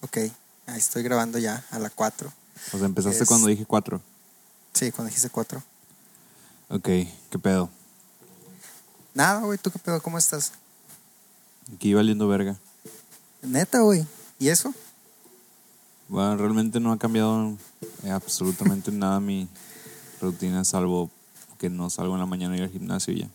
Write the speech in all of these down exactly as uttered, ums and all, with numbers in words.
Ok, ahí estoy grabando ya a la cuatro. O sea, empezaste Es- cuando dije cuatro. Sí, cuando dijiste cuatro. Ok, ¿qué pedo? Nada, güey, ¿tú qué pedo? ¿Cómo estás? Aquí valiendo verga. Neta, güey. ¿Y eso? Bueno, realmente no ha cambiado eh, absolutamente nada mi rutina, salvo que no salgo en la mañana a ir al gimnasio y ya.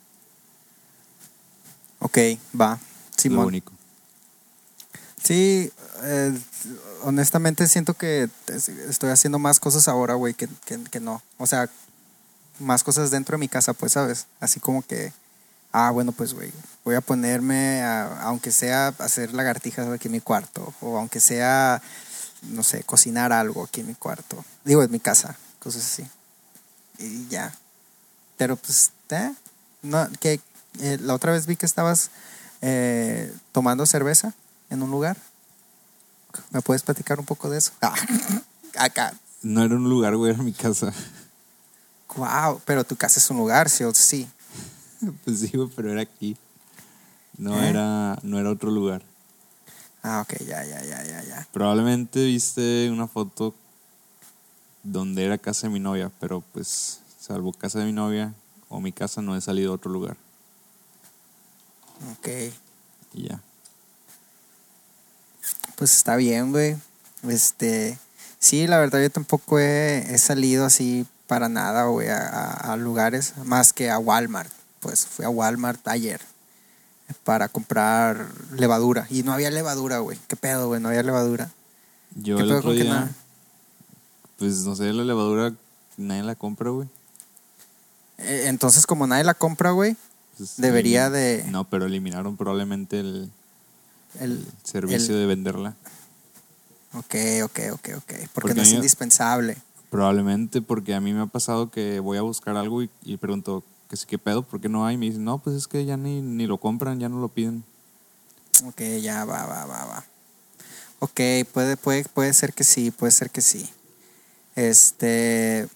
Ok, va. Lo Simón. único. Sí, eh, honestamente siento que es- estoy haciendo más cosas ahora, güey, que, que, que no. O sea, más cosas dentro de mi casa, pues, ¿sabes? Así como que, ah, bueno, pues, güey, voy a ponerme, a, aunque sea hacer lagartijas aquí en mi cuarto, o aunque sea, no sé, cocinar algo aquí en mi cuarto. Digo, en mi casa, cosas así. Y ya. Pero, pues, ¿eh? No, que eh, la otra vez vi que estabas eh, tomando cerveza en un lugar. ¿Me puedes platicar un poco de eso? Ah, acá. No era un lugar, güey, era mi casa. Wow, pero tu casa es un lugar, sí o sí. Pues sí, güey, pero era aquí. No ¿Eh? era, no era otro lugar. Ah, ok, ya, ya, ya, ya, ya. Probablemente viste una foto donde era casa de mi novia, pero pues, salvo casa de mi novia o mi casa, no he salido a otro lugar. Ok, Y ya. pues está bien, güey. Este, sí, la verdad yo tampoco he, he salido así para nada, güey, a, a- a lugares más que a Walmart. Pues fui a Walmart ayer para comprar levadura y no había levadura, güey. ¿Qué pedo, güey? No había levadura. Yo ¿Qué el pedo otro con que día, nada? pues no sé, la levadura nadie la compra, güey. Eh, entonces, como nadie la compra, güey, Pues, debería elimin- de No, pero eliminaron probablemente el, el, el servicio el de venderla. Ok, ok, ok, ok. Porque Porque no a es mí, indispensable. probablemente porque a mí me ha pasado que voy a buscar algo y, y pregunto que sí, qué pedo, ¿por qué no hay? Y me dicen, no, pues es que ya ni, ni lo compran, ya no lo piden. Ok, ya va, va, va, va. Ok, puede, puede, puede ser que sí, puede ser que sí. Este,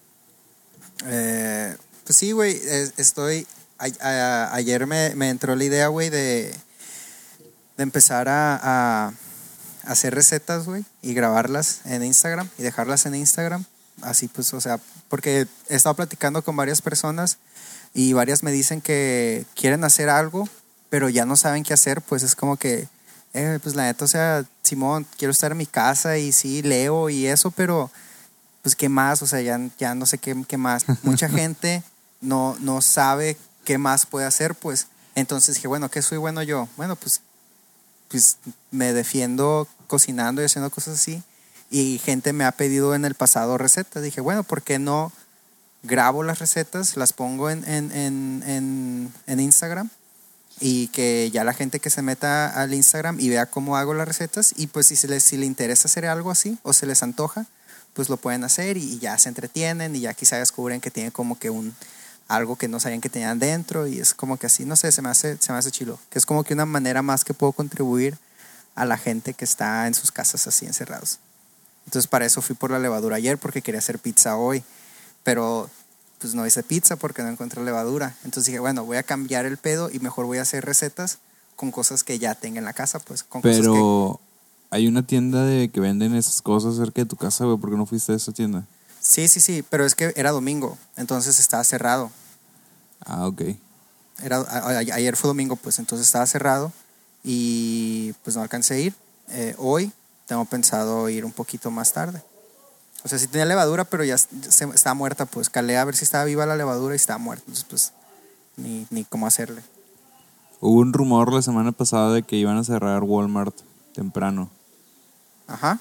eh, pues sí, güey, es- estoy, a- a- ayer me, me entró la idea, güey, de, de empezar a, a hacer recetas, güey, y grabarlas en Instagram y dejarlas en Instagram. Así pues, o sea, porque he estado platicando con varias personas y varias me dicen que quieren hacer algo, pero ya no saben qué hacer, pues es como que, eh, pues la neta, o sea, Simón, quiero estar en mi casa y sí, leo y eso, pero pues qué más, o sea, ya, ya no sé qué, qué más. Mucha gente no, no sabe qué más puede hacer, pues. Entonces dije, bueno, ¿qué soy bueno yo? Bueno, pues, pues me defiendo cocinando y haciendo cosas así. Y gente me ha pedido en el pasado recetas. Dije, bueno, ¿por qué no grabo las recetas, las pongo en, en, en, en, en Instagram? Y que ya la gente que se meta al Instagram y vea cómo hago las recetas, y pues si, se les, si les interesa hacer algo así o se les antoja, pues lo pueden hacer y, y ya se entretienen y ya quizá descubren que tienen como que un algo que no sabían que tenían dentro, y es como que así, no sé, se me hace, se me hace chilo, que es como que una manera más que puedo contribuir a la gente que está en sus casas así encerrados. Entonces para eso fui por la levadura ayer, porque quería hacer pizza hoy, pero pues no hice pizza porque no encontré levadura. Entonces dije, bueno, voy a cambiar el pedo y mejor voy a hacer recetas con cosas que ya tenga en la casa, pues con cosas que... Pero hay una tienda de que venden esas cosas cerca de tu casa, güey, ¿por qué no fuiste a esa tienda? Sí, sí, sí, pero es que era domingo, entonces estaba cerrado. Ah, ok. Era, a- a- ayer fue domingo, pues entonces estaba cerrado y pues no alcancé a ir. Eh, hoy tengo pensado ir un poquito más tarde. O sea, sí tenía levadura, pero ya s- se- estaba muerta, pues calé a ver si estaba viva la levadura y estaba muerta. Entonces, pues, ni, ni cómo hacerle. Hubo un rumor la semana pasada de que iban a cerrar Walmart temprano. Ajá.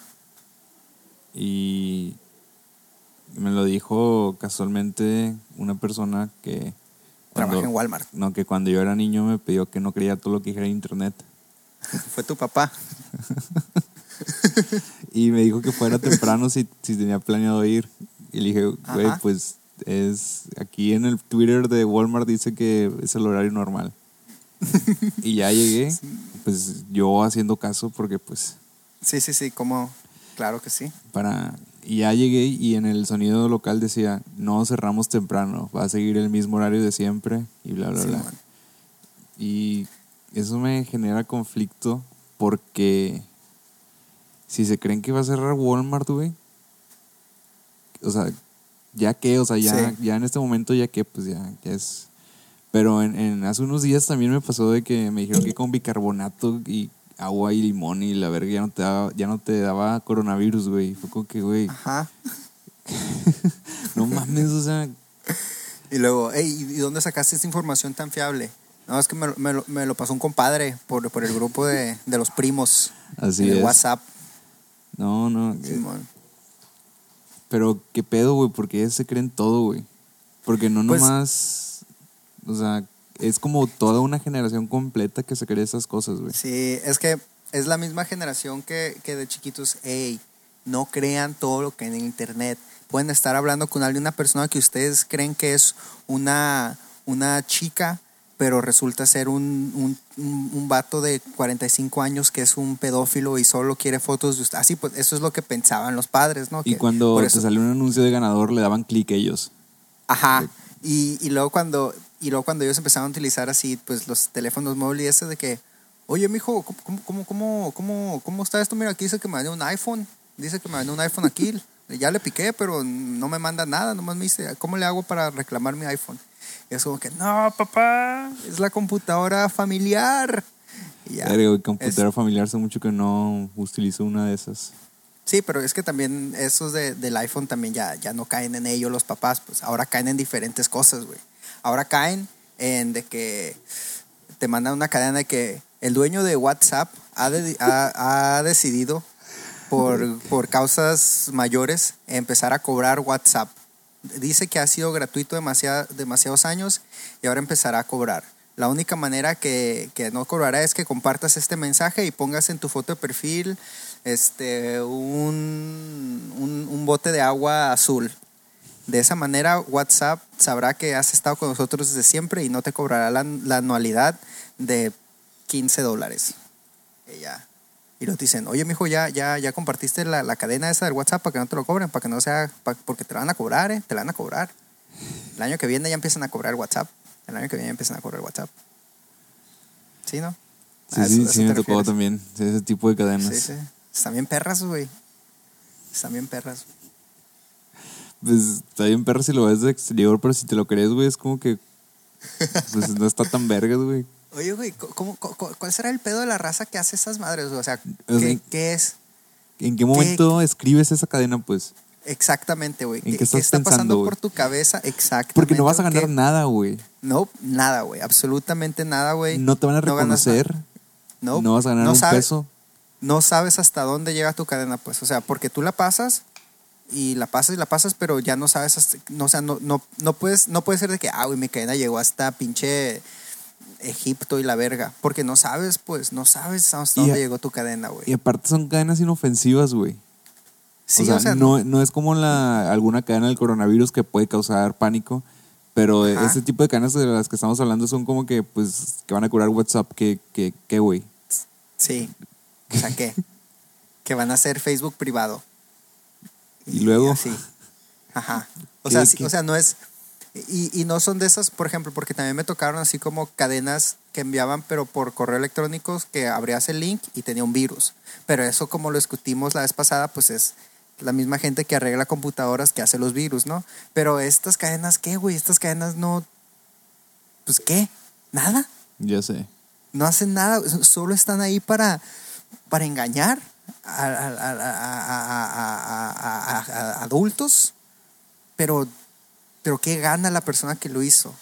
Y me lo dijo casualmente una persona que Trabaja cuando, en Walmart. no, que cuando yo era niño me pidió que no creía todo lo que dijera en internet. Fue tu papá. Y me dijo que fuera temprano si, si tenía planeado ir. Y le dije, güey, Ajá. pues es aquí en el Twitter de Walmart dice que es el horario normal. Y ya llegué, pues yo haciendo caso porque pues Sí, sí, sí, como... Claro que sí. para... Y ya llegué y en el sonido local decía, no cerramos temprano, va a seguir el mismo horario de siempre y bla, bla, bla. Simón. Y eso me genera conflicto porque si se creen que va a cerrar Walmart, güey, o sea, ya que, o sea, ya, Sí. ya en este momento ya que, pues ya, ya es... Pero en, en hace unos días también me pasó de que me dijeron que con bicarbonato y agua y limón y la verga ya no te daba, ya no te daba coronavirus, güey. Fue como que, güey, Ajá. no mames, o sea, Y luego, hey, ¿y dónde sacaste esta información tan fiable? No, es que me, lo- me, lo, me lo pasó un compadre por, por el grupo de, de los primos así en el es. WhatsApp. No, no, eh, Simón. pero qué pedo, güey, porque ellos se creen todo, güey. Porque no Pues- nomás, o sea, es como toda una generación completa que se cree esas cosas, güey. Sí, es que es la misma generación que, que de chiquitos, hey, no crean todo lo que en el internet. Pueden estar hablando con alguien, una persona que ustedes creen que es una, una chica, pero resulta ser un, un, un, un vato de cuarenta y cinco años que es un pedófilo y solo quiere fotos de usted. Así, pues eso es lo que pensaban los padres, ¿no? Y Que cuando por te eso, salió un anuncio de ganador, le daban clic ellos. ajá. Y, y luego cuando y luego cuando ellos empezaron a utilizar así pues los teléfonos móviles y ese de que, oye mijo, ¿cómo, cómo, cómo, cómo, cómo está esto? Mira, aquí dice que me mandó un iPhone. Dice que me mandó un iPhone aquí. Ya le piqué, pero no me manda nada. Nomás me dice, ¿cómo le hago para reclamar mi iPhone? Y es como que, no, papá, es la computadora familiar. Y ya. Verga, güey, computadora Es- familiar, hace mucho que no utilizo una de esas. sí, pero es que también esos de, del iPhone también ya, ya no caen en ello los papás. Pues ahora caen en diferentes cosas, güey. Ahora caen en de que te mandan una cadena de que el dueño de WhatsApp ha, de- ha, ha decidido por, por causas mayores empezar a cobrar WhatsApp. Dice que ha sido gratuito demasiado, demasiados años y ahora empezará a cobrar. La única manera que, que no cobrará es que compartas este mensaje y pongas en tu foto de perfil este, un, un, un bote de agua azul. De esa manera WhatsApp sabrá que has estado con nosotros desde siempre y no te cobrará la, la anualidad de quince dólares. Y ya. Y lo dicen, oye mijo, ya, ya, ya compartiste la, la cadena esa del WhatsApp para que no te lo cobren, para que no sea, pa- porque te la van a cobrar, eh, te la van a cobrar. El año que viene ya empiezan a cobrar WhatsApp. El año que viene ya empiezan a cobrar WhatsApp. ¿Sí, no? Sí, ¿A sí, eso- a sí eso me te tocó refieres? también sí, ese tipo de cadenas. Sí, sí. Están bien perras, güey. Están bien perras. Pues está bien perro si lo ves de exterior, pero si te lo crees, güey, es como que pues no está tan vergas, güey. Oye, güey, ¿cómo, cómo- ¿cuál será el pedo de la raza que hace esas madres? O sea, O sea, ¿qué, qué es? ¿En qué momento escribes esa cadena, pues? Exactamente, güey. ¿En ¿Qué, qué estás qué está pensando, pasando güey? por tu cabeza? Exactamente. Porque no vas a ganar ¿Qué? nada, güey. No, nada, güey. Absolutamente nada, güey. No te van a No ganas nada. reconocer. No, No vas a ganar no un sabe- peso. No sabes hasta dónde llega tu cadena, pues. O sea, porque tú la pasas y la pasas y la pasas, pero ya no sabes hasta, no, o sea, no, no, no puedes, no puede ser de que, ah, güey, mi cadena llegó hasta pinche Egipto y la verga. Porque no sabes, pues, no sabes hasta Y dónde a- llegó tu cadena, güey. Y aparte son cadenas inofensivas, güey. Sí, o sea, no, no es como la, alguna cadena del coronavirus que puede causar pánico, pero Ajá. ese tipo de cadenas de las que estamos hablando son como que, pues, que van a curar WhatsApp, que, que, que, güey. Sí. O sea, ¿qué? Que van a hacer Facebook privado. Y luego. Sí. Ajá. O ¿Qué- sea, sí, qué? o sea, no es. Y, y no son de esas, por ejemplo, porque también me tocaron así como cadenas que enviaban, pero por correo electrónico, que abrías el link y tenía un virus. Pero eso, como lo discutimos la vez pasada, pues es la misma gente que arregla computadoras que hace los virus, ¿no? Pero estas cadenas, ¿qué, güey? Estas cadenas no. Pues, ¿qué? Nada. Ya sé. No hacen nada. Solo están ahí para, para engañar a, a- a- a- a- a- a- a- a adultos. Pero. Pero ¿qué gana la persona que lo hizo?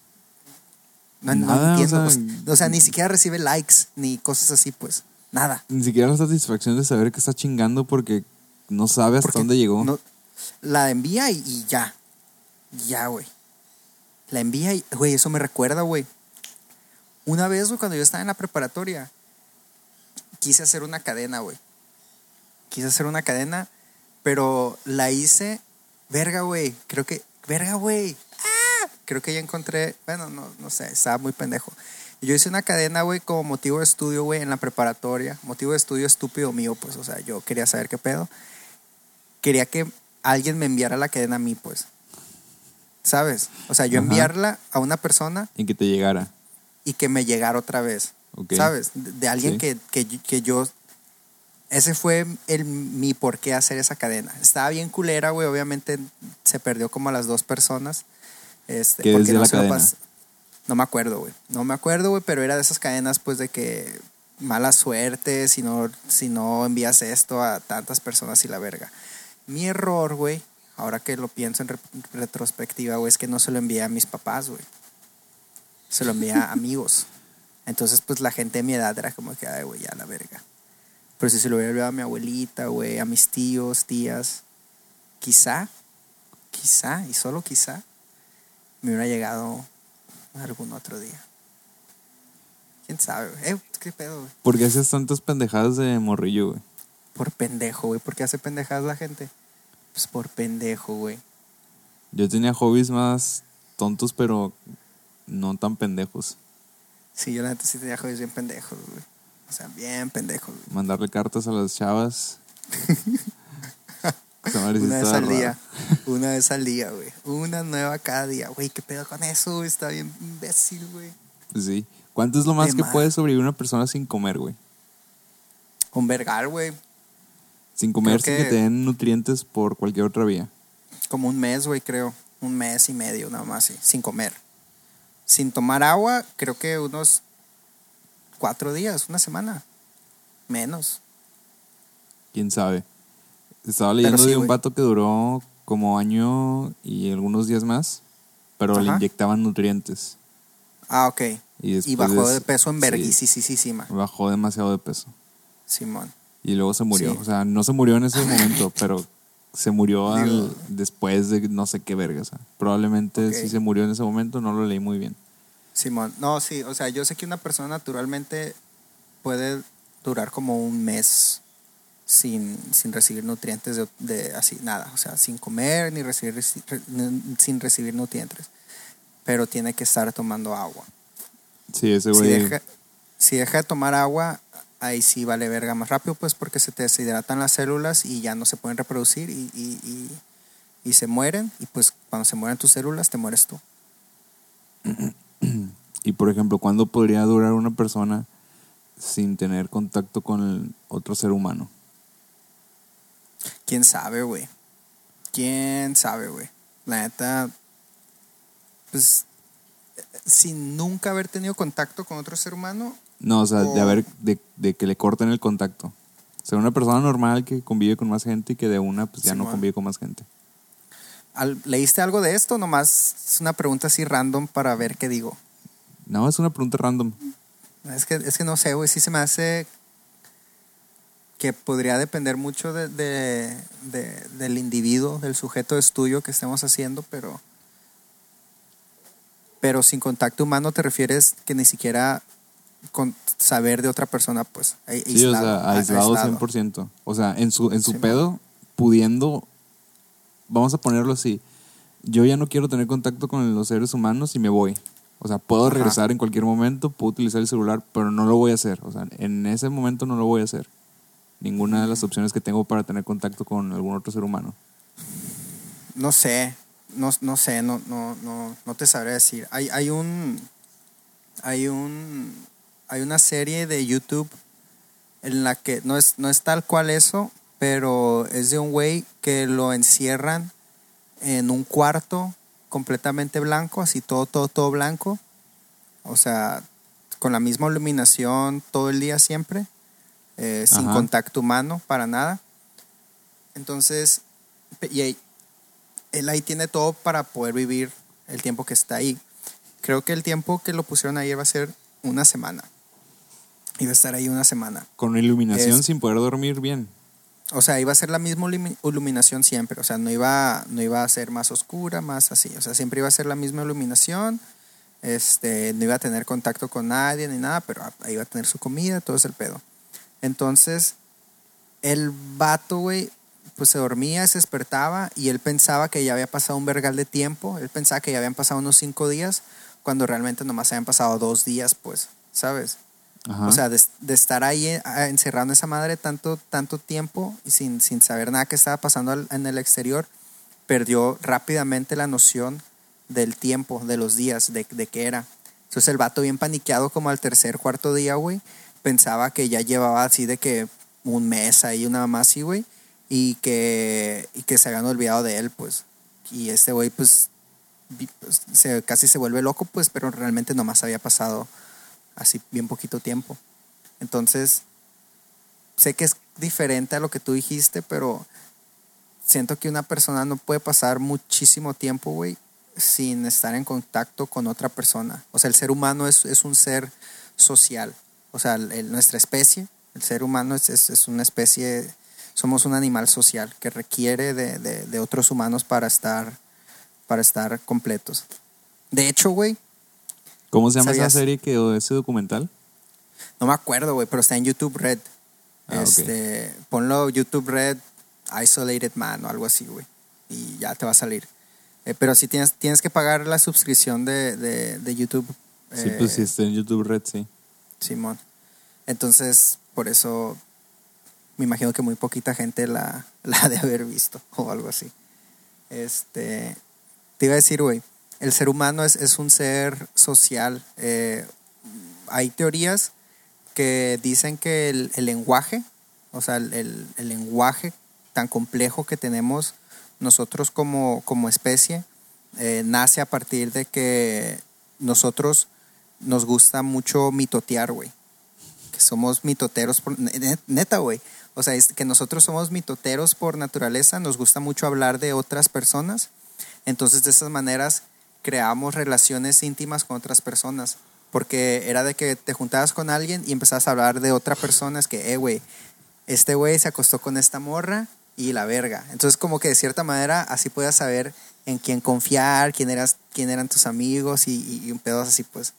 No, no Nada, entiendo. o O sea, sea, o sea, ni siquiera recibe likes ni cosas así, pues. Nada. Ni siquiera la satisfacción de saber que está chingando porque no sabe hasta Porque dónde llegó. no- la envía y, y ya. Ya, güey. La envía y, güey, eso me recuerda, güey. Una vez, güey, cuando yo estaba en la preparatoria, quise hacer una cadena, güey. Quise hacer una cadena, pero la hice, verga, güey. Creo que, verga, güey. ¡Ah! Creo que ya encontré, bueno, no, no sé, estaba muy pendejo. Yo hice una cadena, güey, como motivo de estudio, güey, en la preparatoria. Motivo de estudio estúpido mío, pues, o sea, yo quería saber qué pedo. Quería que alguien me enviara la cadena a mí, pues. ¿Sabes? O sea, yo Ajá. enviarla a una persona En que te llegara. y que me llegara otra vez. Ok. ¿Sabes? De, de alguien Sí. que, que, que yo ese fue el, mi por qué hacer esa cadena. Estaba bien culera, güey. Obviamente se perdió como a las dos personas. Este, ¿Qué porque decía no la se lo cadena? pas- No me acuerdo, güey. No me acuerdo, güey, pero era de esas cadenas, pues, de que mala suerte si no, si no envías esto a tantas personas y la verga. Mi error, güey, ahora que lo pienso en re- retrospectiva, güey, es que no se lo envié a mis papás, güey. Se lo envié a amigos. Entonces, pues, la gente de mi edad era como que, ay, güey, ya la verga. Pero si se lo hubiera enviado a mi abuelita, güey, a mis tíos, tías, quizá, quizá, y solo quizá, me hubiera llegado algún otro día. ¿Quién sabe, güey? Eh, ¿qué pedo, güey? ¿Por qué haces tantas pendejadas de morrillo, güey? Por pendejo, güey. ¿Por qué hace pendejadas la gente? Pues por pendejo, güey. Yo tenía hobbies más tontos, pero no tan pendejos. Sí, yo la neta sí tenía hobbies bien pendejos, güey. O sea, bien pendejos, güey. Mandarle cartas a las chavas. Esa madre sí Una vez estaba al rara. día. Una vez al día, güey. Una nueva cada día. Güey, ¿qué pedo con eso, güey? Está bien imbécil, güey. Pues sí. ¿Cuánto es lo más De que más. puede sobrevivir una persona sin comer, güey? Un vergal, güey. Sin comer, Creo sin que que- te den nutrientes por cualquier otra vía. Como un mes, güey, creo. Un mes y medio, nada más, sí. Sin comer. Sin tomar agua, creo que unos cuatro días, una semana. Menos. ¿Quién sabe? Estaba leyendo sí, de un güey. vato que duró como año y algunos días más, pero le Ajá. inyectaban nutrientes. Ah, ok. Y, después Y bajó es- de peso en sí, verguisísima. bajó demasiado de peso. Simón. Y luego se murió. Sí. O sea, no se murió en ese momento, pero se murió al- Digo- después de no sé qué verga. O sea, probablemente Ok. sí se murió en ese momento, no lo leí muy bien. Simón. No, sí, o sea, yo sé que una persona naturalmente puede durar como un mes sin, sin recibir nutrientes de, de así, nada. O sea, sin comer ni recibir, reci- re- n- sin recibir nutrientes. Pero tiene que estar tomando agua. Sí, ese Si güey. deja, si deja de tomar agua, ahí sí vale verga más rápido, pues porque se te deshidratan las células y ya no se pueden reproducir y, y, y, y se mueren. Y pues cuando se mueren tus células, te mueres tú. Y por ejemplo, ¿cuándo podría durar una persona sin tener contacto con el otro ser humano? ¿Quién sabe, güey? ¿Quién sabe, güey? La neta, pues, sin nunca haber tenido contacto con otro ser humano, No, o sea, de O- haber, de, de que le corten el contacto. O sea, una persona normal que convive con más gente y que de una pues ya no Simón. convive con más gente. ¿al- ¿leíste algo de esto? Nomás es una pregunta así random para ver qué digo. No, es una pregunta random. Es que, es que no sé, güey, sí se me hace que podría depender mucho de, de- de- del individuo, del sujeto de estudio que estemos haciendo, pero, pero sin contacto humano te refieres que ni siquiera con saber de otra persona, pues, ai- Sí, o sea, a- aislado cien por ciento. O sea, en su, en su Sí, pedo, pudiendo, vamos a ponerlo así, yo ya no quiero tener contacto con los seres humanos y me voy. O sea, puedo Ajá. regresar en cualquier momento, puedo utilizar el celular, pero no lo voy a hacer. O sea, en ese momento no lo voy a hacer. Ninguna de las opciones que tengo para tener contacto con algún otro ser humano. No sé, no, no sé, no, no, no, no te sabré decir. Hay, hay un, hay un, hay una serie de YouTube en la que no es, no es tal cual eso, pero es de un güey que lo encierran en un cuarto completamente blanco, así todo, todo, todo blanco. O sea, con la misma iluminación todo el día siempre, eh, sin Ajá. contacto humano para nada. Entonces, pe- y ahí- él ahí tiene todo para poder vivir el tiempo que está ahí. Creo que el tiempo que lo pusieron ahí va a ser una semana. Iba a estar ahí una semana. Con iluminación Es- sin poder dormir bien. O sea, iba a ser la misma ilumi- iluminación siempre. O sea, no iba, no iba a ser más oscura, más así. O sea, siempre iba a ser la misma iluminación. Este, no iba a tener contacto con nadie ni nada, pero ahí iba a tener su comida, todo es el pedo. Entonces, el vato, güey, pues se dormía, se despertaba y él pensaba que ya había pasado un vergal de tiempo. Él pensaba que ya habían pasado unos cinco días, cuando realmente nomás habían pasado dos días, pues, ¿sabes? Ajá. O sea, de, de estar ahí eh, encerrado en esa madre tanto, tanto tiempo y sin, sin saber nada que estaba pasando al- en el exterior, perdió rápidamente la noción del tiempo, de los días, de, de qué era. Entonces el vato bien paniqueado como al tercer, cuarto día, güey, pensaba que ya llevaba así de que un mes ahí, una mamá así, güey, y que, y que se habían olvidado de él, pues. Y este güey, pues, pues se, casi se vuelve loco, pues, pero realmente nomás había pasado así bien poquito tiempo. Entonces, sé que es diferente a lo que tú dijiste, pero siento que una persona no puede pasar muchísimo tiempo, güey, sin estar en contacto con otra persona. O sea, el ser humano es, es un ser social. O sea, el, el, nuestra especie, el ser humano es, es, es una especie, somos un animal social que requiere de, de, de otros humanos para estar, para estar completos. De hecho, güey. ¿Cómo se llama esa serie que, o ese documental? No me acuerdo, güey, pero está en YouTube Red. Ah, este, okay. Ponlo YouTube Red, Isolated Man o algo así, güey. Y ya te va a salir. Eh, pero sí tienes, tienes que pagar la suscripción de, de, de YouTube. Sí, eh, pues sí está en YouTube Red, sí. Simón. Entonces, por eso me imagino que muy poquita gente la, la ha de haber visto o algo así. Este, te iba a decir, güey, el ser humano es, es un ser social. Eh, hay teorías que dicen que el, el lenguaje, o sea, el, el, el lenguaje tan complejo que tenemos nosotros como, como especie, eh, nace a partir de que nosotros nos gusta mucho mitotear, güey. Que somos mitoteros, por, neta, güey. O sea, es que nosotros somos mitoteros por naturaleza, nos gusta mucho hablar de otras personas. Entonces, de esas maneras, creamos relaciones íntimas con otras personas. Porque era de que te juntabas con alguien y empezabas a hablar de otra persona. Es que, eh, güey, este güey se acostó con esta morra y la verga. Entonces, como que de cierta manera, así puedas saber en quién confiar, quién, eras, quién eran tus amigos y, y, y un pedo así, pues.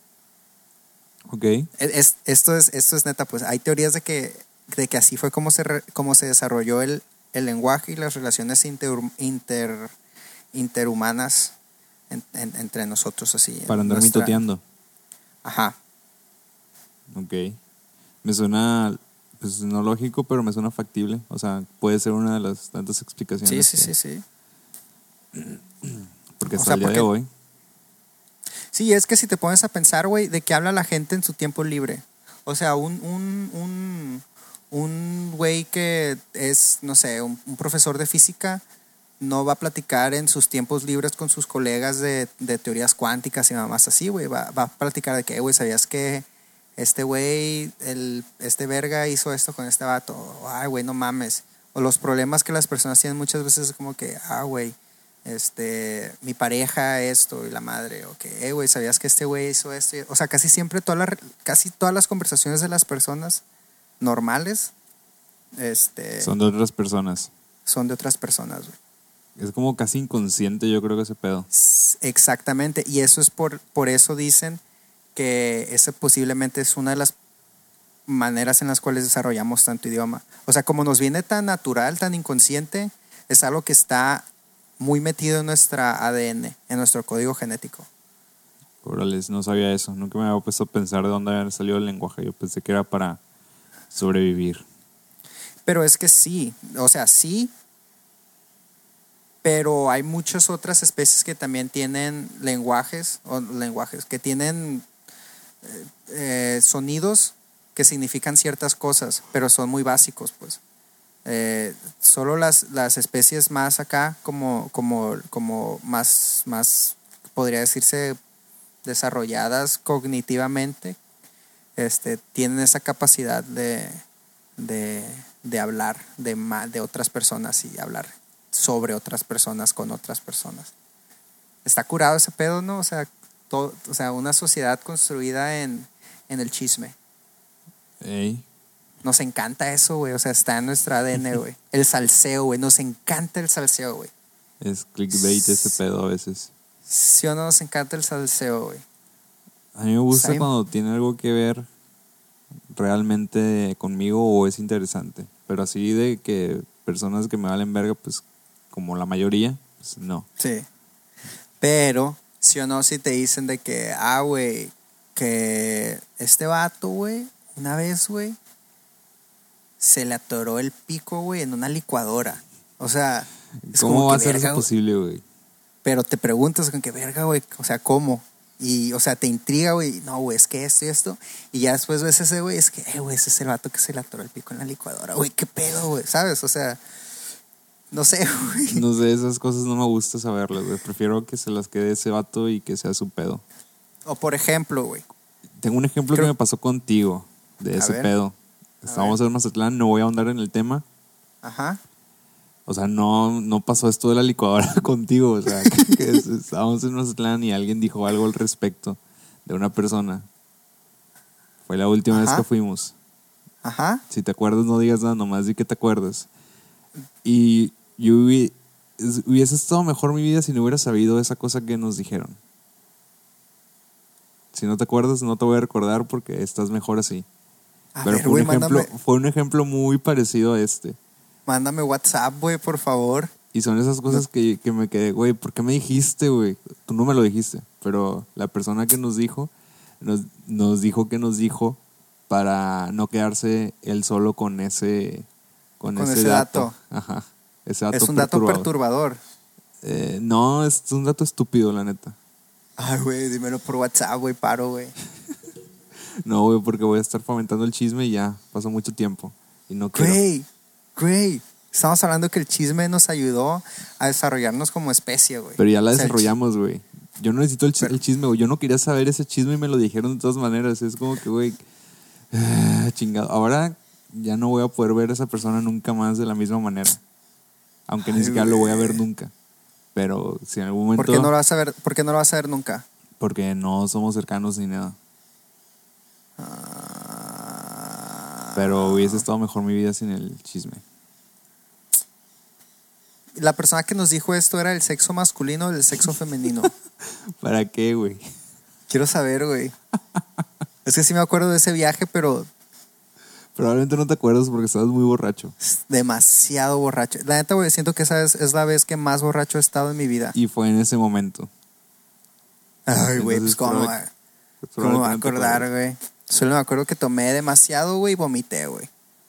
Ok. Es, esto, es, esto es neta, pues. Hay teorías de que, de que así fue como se, re, como se desarrolló el, el lenguaje y las relaciones inter, inter, interhumanas en, en, entre nosotros, así. Para andar nuestra... mitoteando. Ajá. Ok. Me suena, pues no lógico, pero me suena factible. O sea, puede ser una de las tantas explicaciones. Sí, sí, que... sí, sí. Porque hasta o sea, el día porque... de hoy. Sí, es que si te pones a pensar, güey, de qué habla la gente en su tiempo libre. O sea, un un un un güey que es, no sé, un, un profesor de física no va a platicar en sus tiempos libres con sus colegas de, de teorías cuánticas y nada más así, güey. Va, va a platicar de que, güey, ¿sabías que este güey, el, este verga hizo esto con este vato? Ay, güey, no mames. O los problemas que las personas tienen muchas veces es como que, ah, güey, este, mi pareja esto y la madre, o que, eh, güey, ¿sabías que este güey hizo esto? O sea, casi siempre, toda la, casi todas las conversaciones de las personas normales, este... son de otras personas. Son de otras personas, güey. Es como casi inconsciente, yo creo que ese pedo. Exactamente, y eso es por, por eso dicen que esa posiblemente es una de las maneras en las cuales desarrollamos tanto idioma. O sea, como nos viene tan natural, tan inconsciente, es algo que está muy metido en nuestra A D N, en nuestro código genético. Órale, no sabía eso. Nunca me había puesto a pensar de dónde había salido el lenguaje. Yo pensé que era para sobrevivir. Pero es que sí, o sea, sí, pero hay muchas otras especies que también tienen lenguajes, o lenguajes, que tienen eh, eh, sonidos que significan ciertas cosas, pero son muy básicos, pues. Eh, solo las, las especies más acá, como, como, como más, más, podría decirse, desarrolladas cognitivamente, este, tienen esa capacidad de, de, de hablar de, de otras personas y hablar sobre otras personas con otras personas. Está curado ese pedo, ¿no? O sea, todo, o sea, una sociedad construida en, en el chisme. Ey. Nos encanta eso, güey. O sea, está en nuestra A D N, güey. El salseo, güey. Nos encanta el salseo, güey. Es clickbait ese pedo a veces. ¿Sí o no nos encanta el salseo, güey? A mí me gusta cuando tiene algo que ver realmente conmigo o es interesante. Pero así de que personas que me valen verga, pues como la mayoría, pues no. Sí. Pero, ¿sí o no? Si te dicen de que, ah, güey, que este vato, güey, una vez, güey, se le atoró el pico, güey, en una licuadora. O sea, es ¿cómo como va que a ser verga, eso posible, güey? Pero te preguntas con qué verga, güey, o sea, ¿cómo? Y, o sea, te intriga, güey. No, güey, es que esto y esto. Y ya después ves ese, güey, es que, eh, güey, ese es el vato que se le atoró el pico en la licuadora. Güey, qué pedo, güey, ¿sabes? O sea, no sé, güey. No sé, esas cosas no me gusta saberlas, güey. Prefiero que se las quede ese vato y que sea su pedo. O por ejemplo, güey. Tengo un ejemplo Creo... que me pasó contigo de A ese ver. pedo. Estábamos en Mazatlán, no voy a ahondar en el tema. Ajá. O sea, no, no pasó esto de la licuadora contigo. O sea, que es- estábamos en Mazatlán y alguien dijo algo al respecto de una persona. Fue la última Ajá. vez que fuimos. Ajá. Si te acuerdas, no digas nada, nomás di que te acuerdas. Y yo hubi- es- hubiese estado mejor mi vida si no hubiera sabido esa cosa que nos dijeron. Si no te acuerdas, no te voy a recordar porque estás mejor así. A Pero ver, fue, güey, un ejemplo, mándame, fue un ejemplo muy parecido a este. mándame WhatsApp, güey, por favor. Y son esas cosas que, que me quedé, güey, ¿por qué me dijiste, güey? Tú no me lo dijiste, pero la persona que nos dijo, nos, nos dijo que nos dijo para no quedarse él solo con ese, con Con ese, ese dato. dato. Ajá. Ese dato Es un dato perturbador. perturbador. Eh, no, es un dato estúpido, la neta. Ay, güey, dímelo por WhatsApp, güey, paro, güey. No, güey, porque voy a estar fomentando el chisme y ya pasó mucho tiempo. Y no quiero. Güey, güey. Estamos hablando que el chisme nos ayudó a desarrollarnos como especie, güey. Pero ya la O sea, el desarrollamos, güey. Yo no necesito el, chi- Pero- el chisme, güey. Yo no quería saber ese chisme y me lo dijeron de todas maneras. Es como que, güey, ah, chingado. Ahora ya no voy a poder ver a esa persona nunca más de la misma manera. Aunque ni Ay, siquiera lo voy a ver güey. nunca. Pero si en algún momento... ¿Por qué no lo vas a ver? ¿Por qué no lo vas a ver nunca? Porque no somos cercanos ni nada. Ah, Pero hubiese estado mejor mi vida sin el chisme. La persona que nos dijo esto era del sexo masculino o del sexo femenino. ¿Para qué, güey? Quiero saber, güey. Es que sí me acuerdo de ese viaje, pero Probablemente no te acuerdas porque estabas muy borracho. es demasiado borracho. La neta, güey, siento que esa vez es la vez que más borracho he estado en mi vida. Y fue en ese momento. Ay, güey, pues Entonces, cómo, me probable- va- pues cómo me va a probablemente no te acordar, acuerdas. güey. Solo me acuerdo que tomé demasiado, güey, y vomité, güey.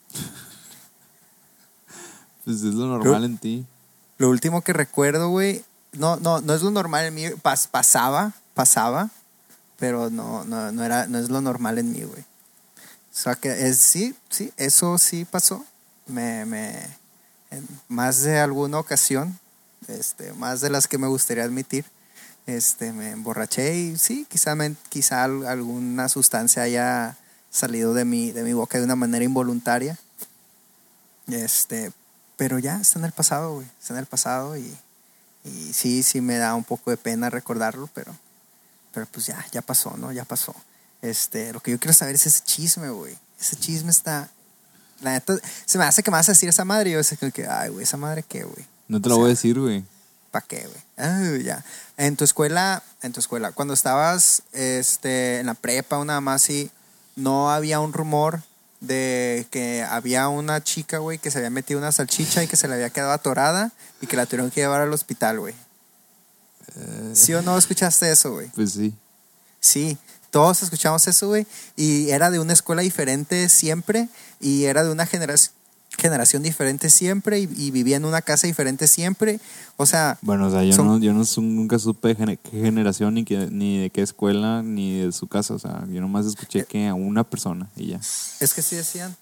Pues es lo normal en ti. Lo último que recuerdo, güey, no, no, no es lo normal en mí. Pas- pasaba, pasaba, pero no, no, no era, no es lo normal en mí, güey. O sea que es, sí, sí, eso sí pasó. Me, me, en más de alguna ocasión, este, más de las que me gustaría admitir, este, me emborraché y sí, quizá, me, quizá al- alguna sustancia haya salido de mi, de mi boca de una manera involuntaria. Este, pero ya está en el pasado, güey. Está en el pasado y, y sí, sí me da un poco de pena recordarlo, pero, pero pues ya, ya pasó, ¿no? Ya pasó. Este, lo que yo quiero saber es ese chisme, güey. Ese chisme está. La neta, se me hace que me vas a decir esa madre y yo sé que, ay, güey, esa madre qué, güey. No te O lo sea, voy a decir, güey. ¿para qué, güey? Ah, ya. En tu escuela, en tu escuela, cuando estabas este, en la prepa o nada más, sí, no había un rumor de que había una chica, güey, que se había metido una salchicha y que se le había quedado atorada y que la tuvieron que llevar al hospital, güey. Eh, ¿Sí o no escuchaste eso, güey? Pues sí. Sí, todos escuchamos eso, güey. Y era de una escuela diferente siempre y era de una generación generación diferente siempre y, y vivía en una casa diferente siempre. O sea, Bueno, o sea, yo, Son- no, yo no su- nunca supe de gene- qué generación, ni, qué- ni de qué escuela, ni de su casa. O sea, yo nomás escuché que a una persona y ya. es que sí decían.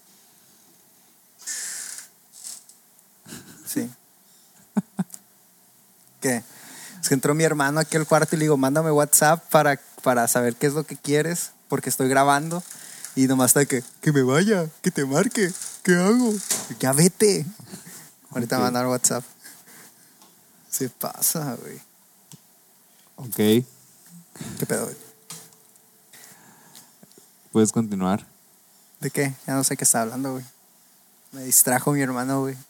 Sí. ¿Qué? Es que entró mi hermano aquí al cuarto y le digo, mándame WhatsApp para, para saber qué es lo que quieres, porque estoy grabando. Y nomás está de que, que me vaya, que te marque, ¿qué hago? Ya vete. Ahorita Ok. me mandar WhatsApp. Se pasa, güey. Ok, ¿Qué pedo, güey? puedes continuar. ¿De qué? Ya no sé qué está hablando, güey. Me distrajo mi hermano, güey.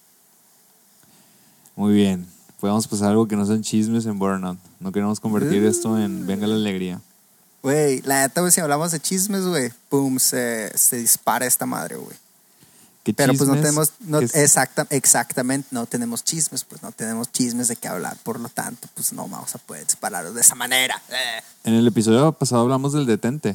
Muy bien. Podemos pasar algo que no sean chismes en Burnout. No queremos convertir esto en Venga la Alegría. Güey, la neta, güey, si hablamos de chismes, güey, pum, se, se dispara esta madre, güey. ¿Qué Pero pues no chismes? tenemos, no, ¿Qué es- exacta, exactamente, no tenemos chismes, pues no tenemos chismes de qué hablar. Por lo tanto, pues no vamos a poder dispararlos de esa manera. Eh. En el episodio pasado hablamos del detente.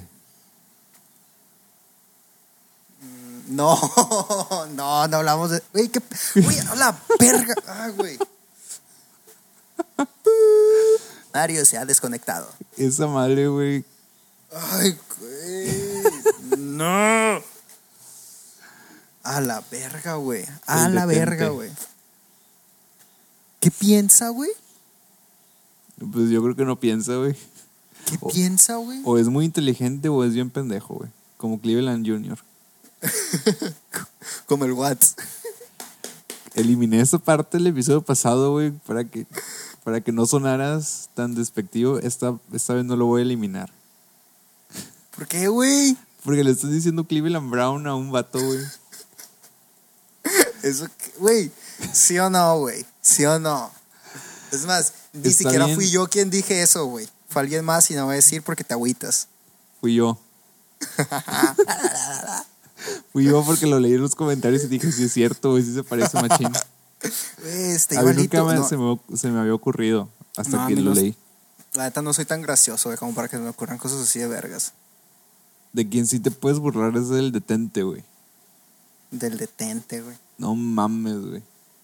No, no, no hablamos de. Güey, qué. Güey, a la verga. Ah, güey. Mario se ha desconectado. Esa madre, güey. Ay, güey. No. A la verga, güey. A El la detente. verga, güey. ¿Qué piensa, güey? Pues yo creo que no piensa, güey. ¿Qué O- piensa, güey? O es muy inteligente o es bien pendejo, güey. Como Cleveland junior Como el Watts. Eliminé esa parte del episodio pasado, güey, para que, para que no sonaras tan despectivo. Esta, esta vez no lo voy a eliminar. ¿Por qué, güey? Porque le estás diciendo Cleveland Brown a un vato, güey. Eso, que- güey. ¿Sí o no, güey? ¿Sí o no? Es más, ni Está siquiera bien. fui yo quien dije eso, güey. Fue alguien más y no voy a decir porque te agüitas. Fui yo. Fui yo porque lo leí en los comentarios y dije, sí es cierto, güey, sí se parece machín. Güey, está A mí igualito. nunca me- No, se, me, se me había ocurrido hasta No, a que mí lo no- leí. la neta no soy tan gracioso, güey, como para que me ocurran cosas así de vergas. De quien sí te puedes burlar es del detente, güey. Del detente, güey. No mames, güey.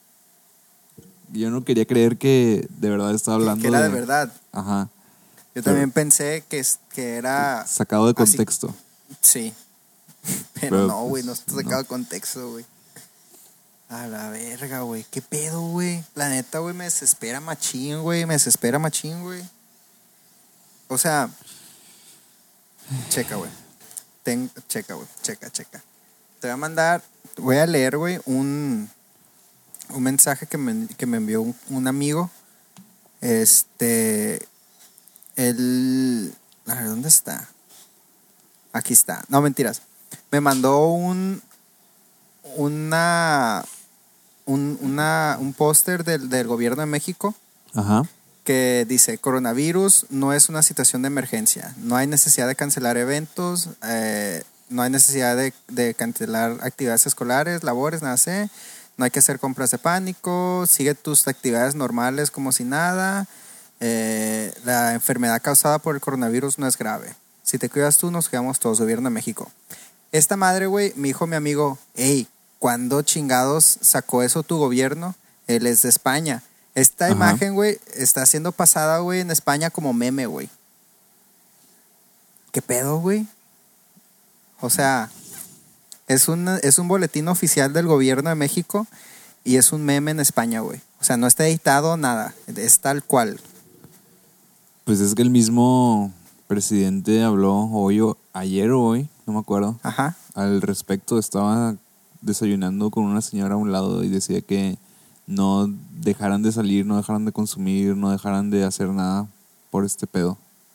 Yo no quería creer que de verdad estaba Que, hablando que era de verdad. Ajá. Yo Pero- también pensé que, es- que era... Sacado de Así- contexto. Sí. Pero, Pero, no, güey, no pues, está sacado no. de contexto, güey. A la verga, güey. ¿Qué pedo, güey? La neta, güey, me desespera machín, güey. Me desespera machín, güey. O sea... Checa, güey. Ten- checa, güey. Checa, checa. Te voy a mandar... Voy a leer, güey, un... Un mensaje que me, que me envió un, un amigo. Este... Él... A ver, ¿dónde está? Aquí está. No, mentiras. Me mandó un... Una... Un, una, un póster del, del gobierno de México Ajá. que dice: coronavirus no es una situación de emergencia. No hay necesidad de cancelar eventos, eh, no hay necesidad de, de cancelar actividades escolares, labores, nada así. No hay que hacer compras de pánico. Sigue tus actividades normales como si nada. Eh, la enfermedad causada por el coronavirus no es grave. Si te cuidas tú, nos cuidamos todos. Gobierno de México. Esta madre, güey, me dijo mi amigo: hey, ¿cuándo chingados sacó eso tu gobierno? Él es de España. Esta Ajá. imagen, güey, está siendo pasada, güey, en España como meme, güey. ¿Qué pedo, güey? O sea, es un, es un boletín oficial del gobierno de México y es un meme en España, güey. O sea, no está editado, nada. Es tal cual. Pues es que el mismo presidente habló hoy o ayer o hoy, no me acuerdo, Ajá. al respecto. Estaba desayunando con una señora a un lado y decía que no dejaran de salir, no dejaran de consumir, no dejaran de hacer nada por este pedo.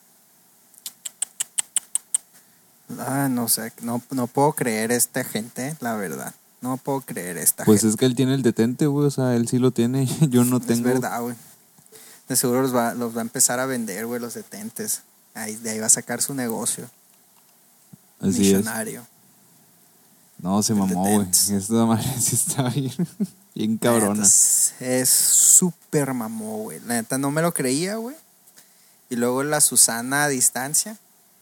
Ah, no sé, no, no puedo creer esta gente, la verdad. No puedo creer esta Pues gente. es que él tiene el detente, güey, o sea, él sí lo tiene, yo no Es tengo. verdad, güey. De seguro los va, los va a empezar a vender, güey, los detentes. Ahí, de ahí va a sacar su negocio. Así es. Millonario. No, se El mamó, güey. detentes. Esta madre sí está bien, bien cabrona. La neta Es es súper mamó, güey. La neta no me lo creía, güey. Y luego la Susana a distancia.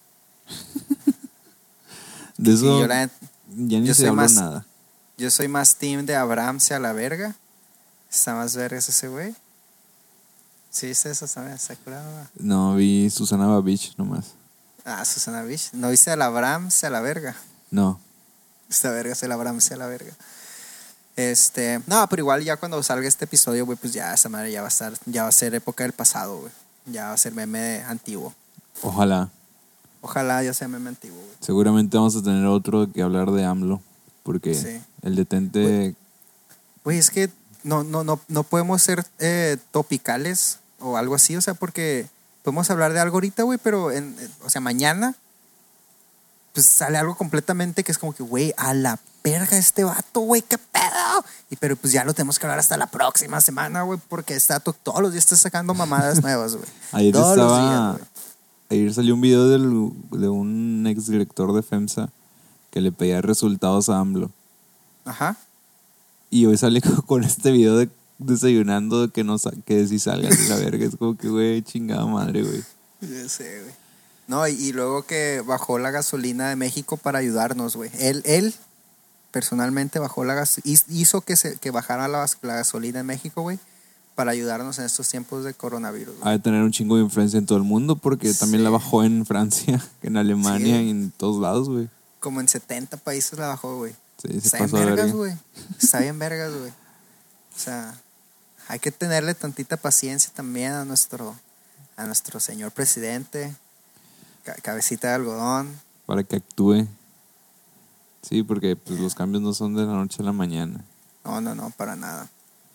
De Sí, eso yo, la neta- ya ni yo se soy habló más- nada. yo soy más team de Abraham sea la verga. Está más vergas ese güey. ¿Sí viste eso? ¿Sabes? ¿Se acordaba? No, vi Susana Babich nomás. Ah, Susana Bish. ¿No viste al Abraham sea la verga? No. Esta verga sea la Abraham sea la verga. Este, no, pero igual ya cuando salga este episodio, güey, pues ya esa madre ya va a estar, ya va a ser época del pasado, güey. Ya va a ser meme antiguo. Ojalá. Ojalá ya sea meme antiguo, güey. Seguramente vamos a tener otro que hablar de AMLO. Porque Sí. el detente. Güey, es que no, no, no, no podemos ser eh, topicales o algo así, o sea, porque podemos hablar de algo ahorita, güey, pero, en, en- o sea, mañana, pues sale algo completamente que es como que, güey, a la verga este vato, güey, qué pedo. Y pero pues ya lo tenemos que hablar hasta la próxima semana, güey, porque este vato todos los días está sacando mamadas nuevas, güey. Ayer Todos los estaba. días, güey. Ayer salió un video del- de un exdirector de FEMSA que le pedía resultados a AMLO. Ajá. Y hoy sale con- con este video de desayunando que no sa- que si salgan de la verga. Es como que, güey, chingada madre, güey. Ya sé, güey. No, y, y luego que bajó la gasolina de México para ayudarnos, güey. Él, él personalmente bajó la gas, hiz- hizo que se que bajara la, la gasolina en México, güey, para ayudarnos en estos tiempos de coronavirus. Ha de tener un chingo de influencia en todo el mundo porque sí. También la bajó en Francia, en Alemania, sí. En todos lados, güey. Como en setenta países la bajó, güey. Sí, se Está pasó bien de vergas, verga. güey. Está bien vergas, güey. O sea, hay que tenerle tantita paciencia también a nuestro, a nuestro señor presidente, cabecita de algodón. Para que actúe. Sí, porque pues, los cambios no son de la noche a la mañana. No, no, no, para nada.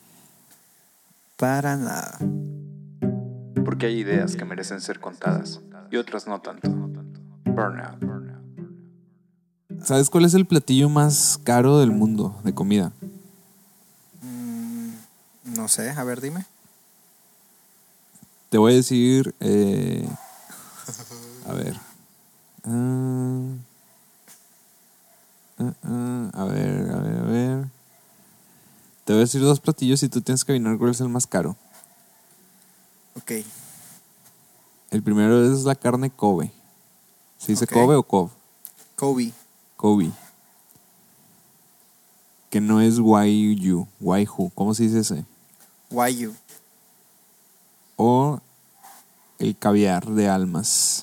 Para nada. Porque hay ideas que merecen ser contadas y otras no tanto. Burnout. ¿Sabes cuál es el platillo más caro del mundo de comida? Mm, no sé, a ver, dime. Te voy a decir, eh, a ver. Uh, uh, uh, a ver, a ver, a ver. Te voy a decir dos platillos y tú tienes que adivinar cuál es el más caro. Ok. El primero es la carne Kobe. ¿Se dice Okay. Kobe o Kobe? Kobe. Kobe. Que no es Wagyu. Wagyu. ¿Cómo se dice ese? Wagyu. O el caviar de almas.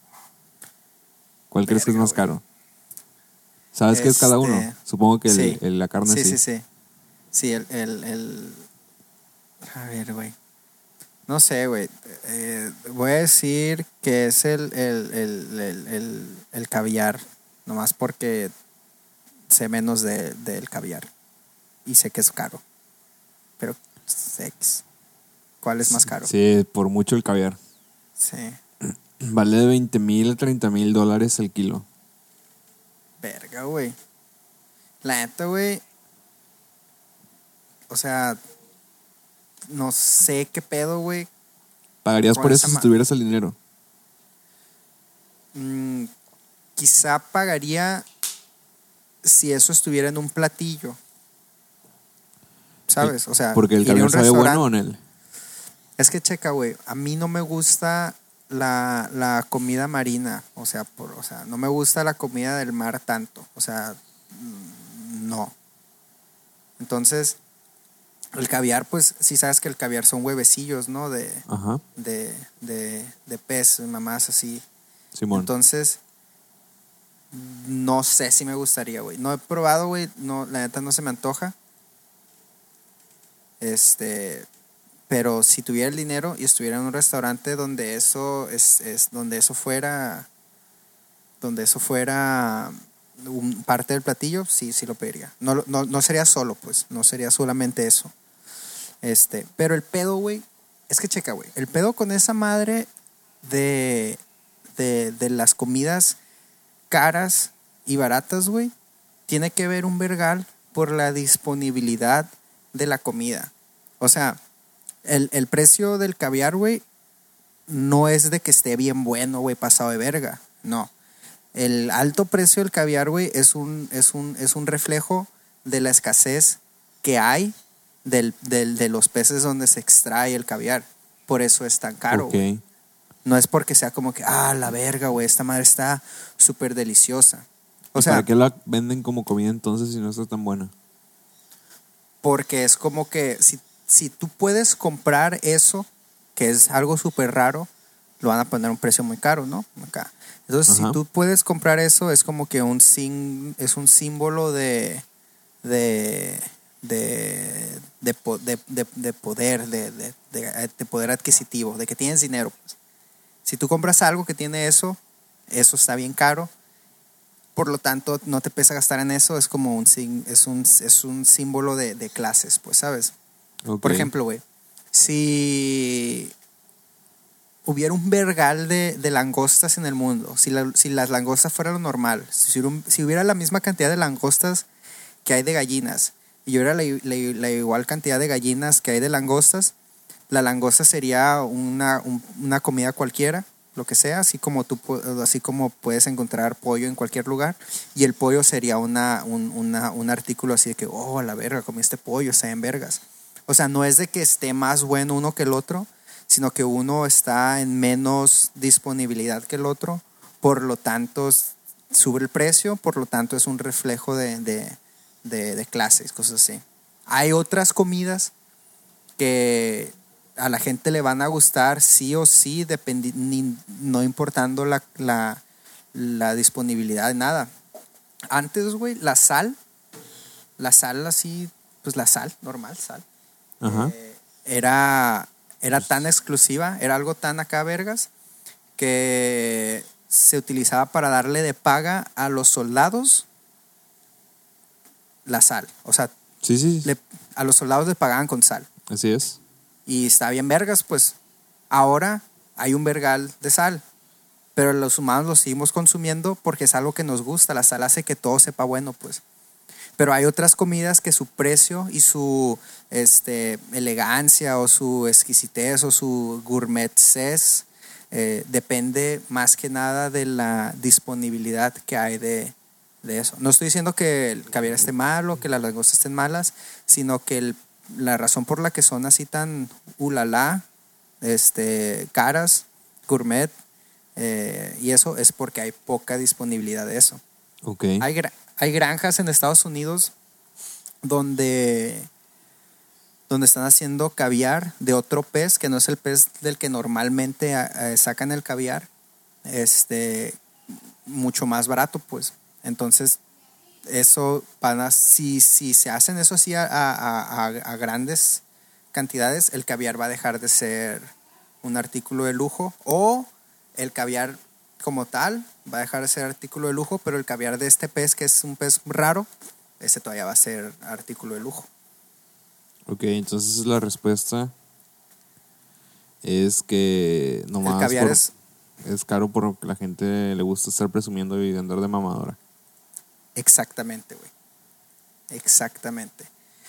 ¿Cuál Verga, crees que es más güey. caro? ¿Sabes Este... qué es cada uno? Supongo que el, sí. el, la carne sí. sí. Sí, sí, sí. Sí, el, el, el... A ver, güey. No sé, güey. Eh, voy a decir que es el, el, el, el, el, el caviar. Nomás porque sé menos de, del caviar. Y sé que es caro. Pero sex. ¿Cuál es más caro? Sí, por mucho el caviar. Sí. Vale de veinte mil a treinta mil dólares el kilo. Verga, güey. La neta, güey. O sea, no sé qué pedo, güey. ¿Pagarías por eso ma- si tuvieras el dinero? Mm, quizá pagaría si eso estuviera en un platillo. ¿Sabes? O sea, porque el iría a caviar un sabe restaurante. bueno en él. Es que checa, güey. A mí no me gusta la, la comida marina. O sea, por, o sea, no me gusta la comida del mar tanto. O sea, mm, no. Entonces, el caviar, pues, sí sabes que el caviar son huevecillos, ¿no? De, Ajá. de, de, de pez, mamás así. Simón. Entonces, no sé si me gustaría, güey. No he probado, güey. No, la neta no se me antoja. Este, pero si tuviera el dinero y estuviera en un restaurante donde eso es, es donde eso fuera, donde eso fuera un, parte del platillo, sí, sí lo pediría. No, no, no sería solo, pues, no sería solamente eso. Este, pero el pedo, güey, es que checa, güey, el pedo con esa madre de, de, de las comidas caras y baratas, güey, tiene que ver un vergal por la disponibilidad de la comida. O sea, el, el precio del caviar, güey, no es de que esté bien bueno, güey, pasado de verga. No. El alto precio del caviar, güey, es un, es un, es un reflejo de la escasez que hay del, del, de los peces donde se extrae el caviar. Por eso es tan caro, güey. Ok. No es porque sea como que, ah, la verga, güey, esta madre está súper deliciosa. O ¿Y sea, para qué la venden como comida entonces si no está tan buena? porque es como que si, si tú puedes comprar eso, que es algo súper raro, lo van a poner a un precio muy caro, ¿no? Acá. Entonces, Ajá. si tú puedes comprar eso, es como que un sin, es un símbolo de de de, de, po- de, de, de poder, de, de, de, de poder adquisitivo, de que tienes dinero. Pues. Si tú compras algo que tiene eso, eso está bien caro. Por lo tanto, no te pesa gastar en eso, es como un, sin- es un, es un símbolo de, de clases, pues, ¿sabes? Ok. Por ejemplo, güey, si hubiera un vergal de, de langostas en el mundo, si, la- si las langostas fueran lo normal, si hubiera, un- si hubiera la misma cantidad de langostas que hay de gallinas, y hubiera la, la- la igual cantidad de gallinas que hay de langostas, la langosta sería una, un- una comida cualquiera, lo que sea, así como tú pu- así como puedes encontrar pollo en cualquier lugar, y el pollo sería una, un, una, un artículo así de que, oh, a la verga, comí este pollo, está en vergas. O sea, no es de que esté más bueno uno que el otro, sino que uno está en menos disponibilidad que el otro, por lo tanto sube el precio, por lo tanto es un reflejo de, de, de, de clases, cosas así. Hay otras comidas que a la gente le van a gustar sí o sí, dependi- ni- no importando la, la, la disponibilidad de nada. Antes, güey, la sal, la sal así, pues la sal, normal, sal, Ajá. eh, era, era tan exclusiva, era algo tan acá, vergas, que se utilizaba para darle de paga a los soldados la sal. O sea, Sí, sí, sí. le- a los soldados les pagaban con sal. Así es. Y está bien vergas, pues ahora hay un vergal de sal, pero los humanos lo seguimos consumiendo porque es algo que nos gusta. La sal hace que todo sepa bueno, pues. Pero hay otras comidas que su precio y su este, elegancia o su exquisitez o su gourmetcez eh, depende más que nada de la disponibilidad que hay de, de eso. No estoy diciendo que el caviar esté malo, que las langostas estén malas, sino que el- la razón por la que son así tan ulala, este, caras, gourmet, eh, y eso es porque hay poca disponibilidad de eso. Ok. Hay, gra- hay granjas en Estados Unidos donde, donde están haciendo caviar de otro pez que no es el pez del que normalmente eh, sacan el caviar, este, mucho más barato, pues. Entonces, eso van a, si, si se hacen eso así a, a- a- a grandes cantidades, el caviar va a dejar de ser un artículo de lujo, o el caviar como tal va a dejar de ser artículo de lujo, pero el caviar de este pez, que es un pez raro, ese todavía va a ser artículo de lujo. Ok, entonces la respuesta es que nomás El caviar por- es, es caro porque la gente le gusta estar presumiendo y andar de mamadora. exactamente, güey. Exactamente.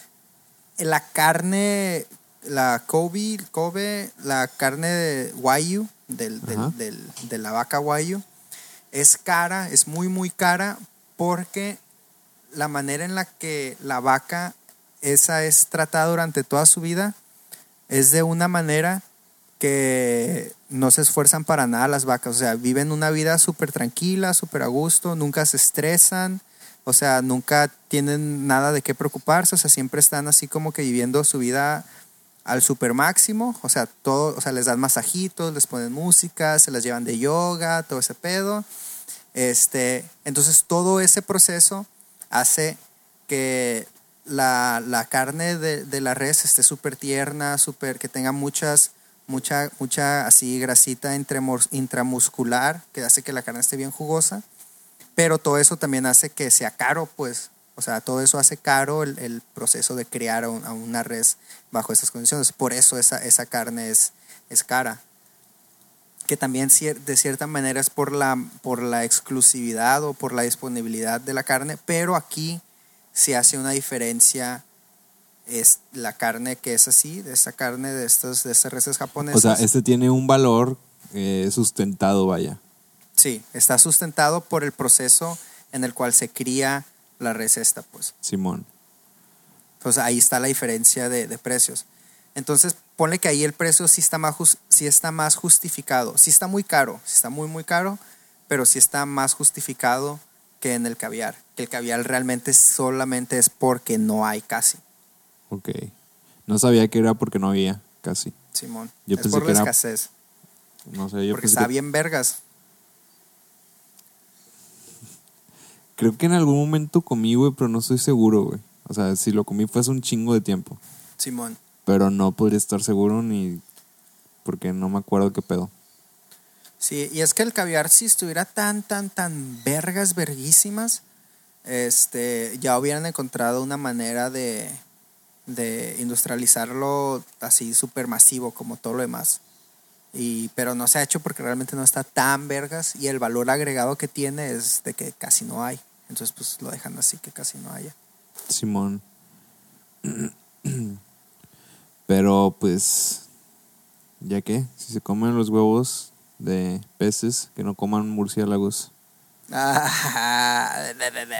La carne, la Kobe, Kobe, la carne de Wagyu, del, Ajá. del, del- de la vaca Wagyu, es cara, es muy, muy cara, porque la manera en la que la vaca esa es tratada durante toda su vida es de una manera que no se esfuerzan para nada las vacas. O sea, viven una vida súper tranquila, súper a gusto, nunca se estresan, o sea, nunca tienen nada de qué preocuparse, o sea, siempre están así como que viviendo su vida al super máximo, o sea, todo, o sea, les dan masajitos, les ponen música, se las llevan de yoga, todo ese pedo. Este, entonces todo ese proceso hace que la, la carne de, de la res esté súper tierna, súper, que tenga muchas, mucha, mucha así grasita intramos- intramuscular, que hace que la carne esté bien jugosa, pero todo eso también hace que sea caro, pues, o sea, todo eso hace caro el, el proceso de criar a, un- a una res bajo esas condiciones, por eso esa, esa carne es, es cara, que también cier- de cierta manera es por la, por la exclusividad o por la disponibilidad de la carne, pero aquí se hace una diferencia, es la carne que es así, de esta carne de estos, de estas reses O sea, japonesas. este tiene un valor eh, sustentado, vaya. Sí, está sustentado por el proceso en el cual se cría la res esta, pues. Simón. Entonces ahí está la diferencia de, de precios. Entonces ponle que ahí el precio sí está, más jus- sí está más justificado. Sí está muy caro, sí está muy muy caro, pero sí está más justificado que en el caviar. Que el caviar realmente solamente es porque no hay casi, Ok. No sabía que era porque no había, casi. Simón. Yo es pensé por que la era- escasez. No sé, yo Porque pensé está que... bien vergas. Creo que en algún momento comí, güey, pero no estoy seguro, güey. O sea, si lo comí fue hace un chingo de tiempo. Simón. Pero no podría estar seguro ni... Porque no me acuerdo qué pedo. Sí, y es que el caviar, si estuviera tan, tan, tan vergas, verguísimas, este, ya hubieran encontrado una manera de, de industrializarlo así súper masivo como todo lo demás. Y, pero no se ha hecho porque realmente no está tan vergas y el valor agregado que tiene es de que casi no hay. Entonces pues lo dejan así que casi no haya. Simón. Pero pues... ¿Ya qué? Si se comen los huevos de peces, que no coman murciélagos. Ah,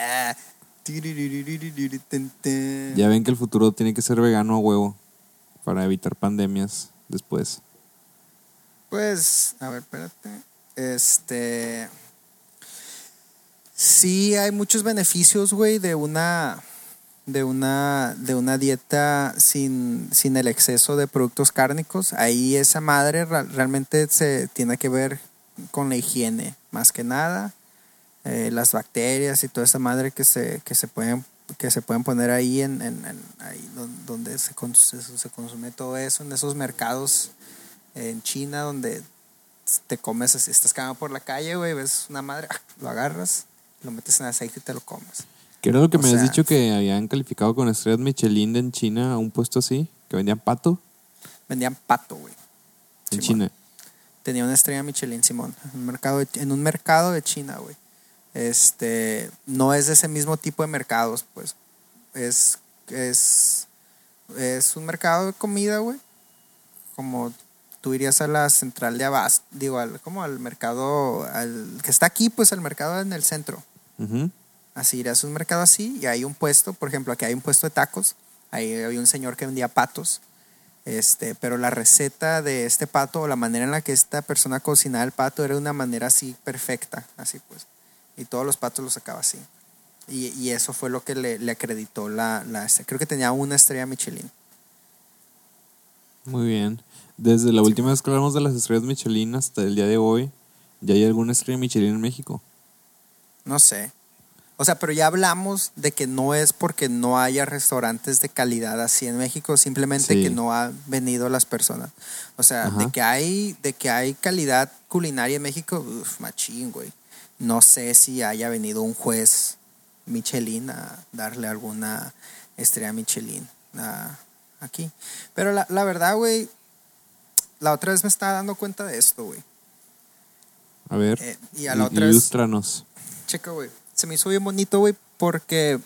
Ya ven que el futuro tiene que ser vegano a huevo para evitar pandemias después. Pues, a ver, espérate. Este. Sí, hay muchos beneficios, güey, de una. de una, de una dieta sin, sin el exceso de productos cárnicos, ahí esa madre ra- realmente se tiene que ver con la higiene, más que nada. Eh, las bacterias y toda esa madre que se, que se pueden que se pueden poner ahí en, en, en ahí don- donde se, cons- se consume todo eso, en esos mercados en China donde te comes así, estás caminando por la calle, güey, ves una madre, lo agarras, lo metes en aceite y te lo comes. ¿Qué era lo que O me habías sea, dicho que habían calificado con estrellas Michelin en China a un puesto así? ¿Que vendían pato? vendían pato, güey. En Simón. China. Tenía una estrella Michelin, Simón, en un mercado de, en un mercado de China, güey. Este, no es de ese mismo tipo de mercados, pues. Es, es, es un mercado de comida, güey. Como tú irías a la central de abasto, digo, al, como al mercado, al que está aquí, pues al mercado en el centro. Ujú. Así irías a un mercado así y hay un puesto, por ejemplo, aquí hay un puesto de tacos. Ahí había un señor que vendía patos. Este, pero la receta de este pato o la manera en la que esta persona cocinaba el pato era de una manera así perfecta, así pues. Y todos los patos los sacaba así. Y, y eso fue lo que le, le acreditó la, la... Creo que tenía una estrella Michelin. Muy bien. Desde la Sí, última vez que hablamos de las estrellas Michelin hasta el día de hoy, ¿ya hay alguna estrella Michelin en México? no sé. O sea, pero ya hablamos de que no es porque no haya restaurantes de calidad así en México, simplemente Sí. que no han venido las personas. O sea, Ajá. de que hay de que hay calidad culinaria en México, uff, machín, güey. No sé si haya venido un juez Michelin a darle alguna estrella Michelin a- aquí. Pero la, la verdad, güey, la otra vez me estaba dando cuenta de esto, güey. A ver, Eh, y a la i- otra vez, ilústranos. checa, güey, se me hizo bien bonito, güey, porque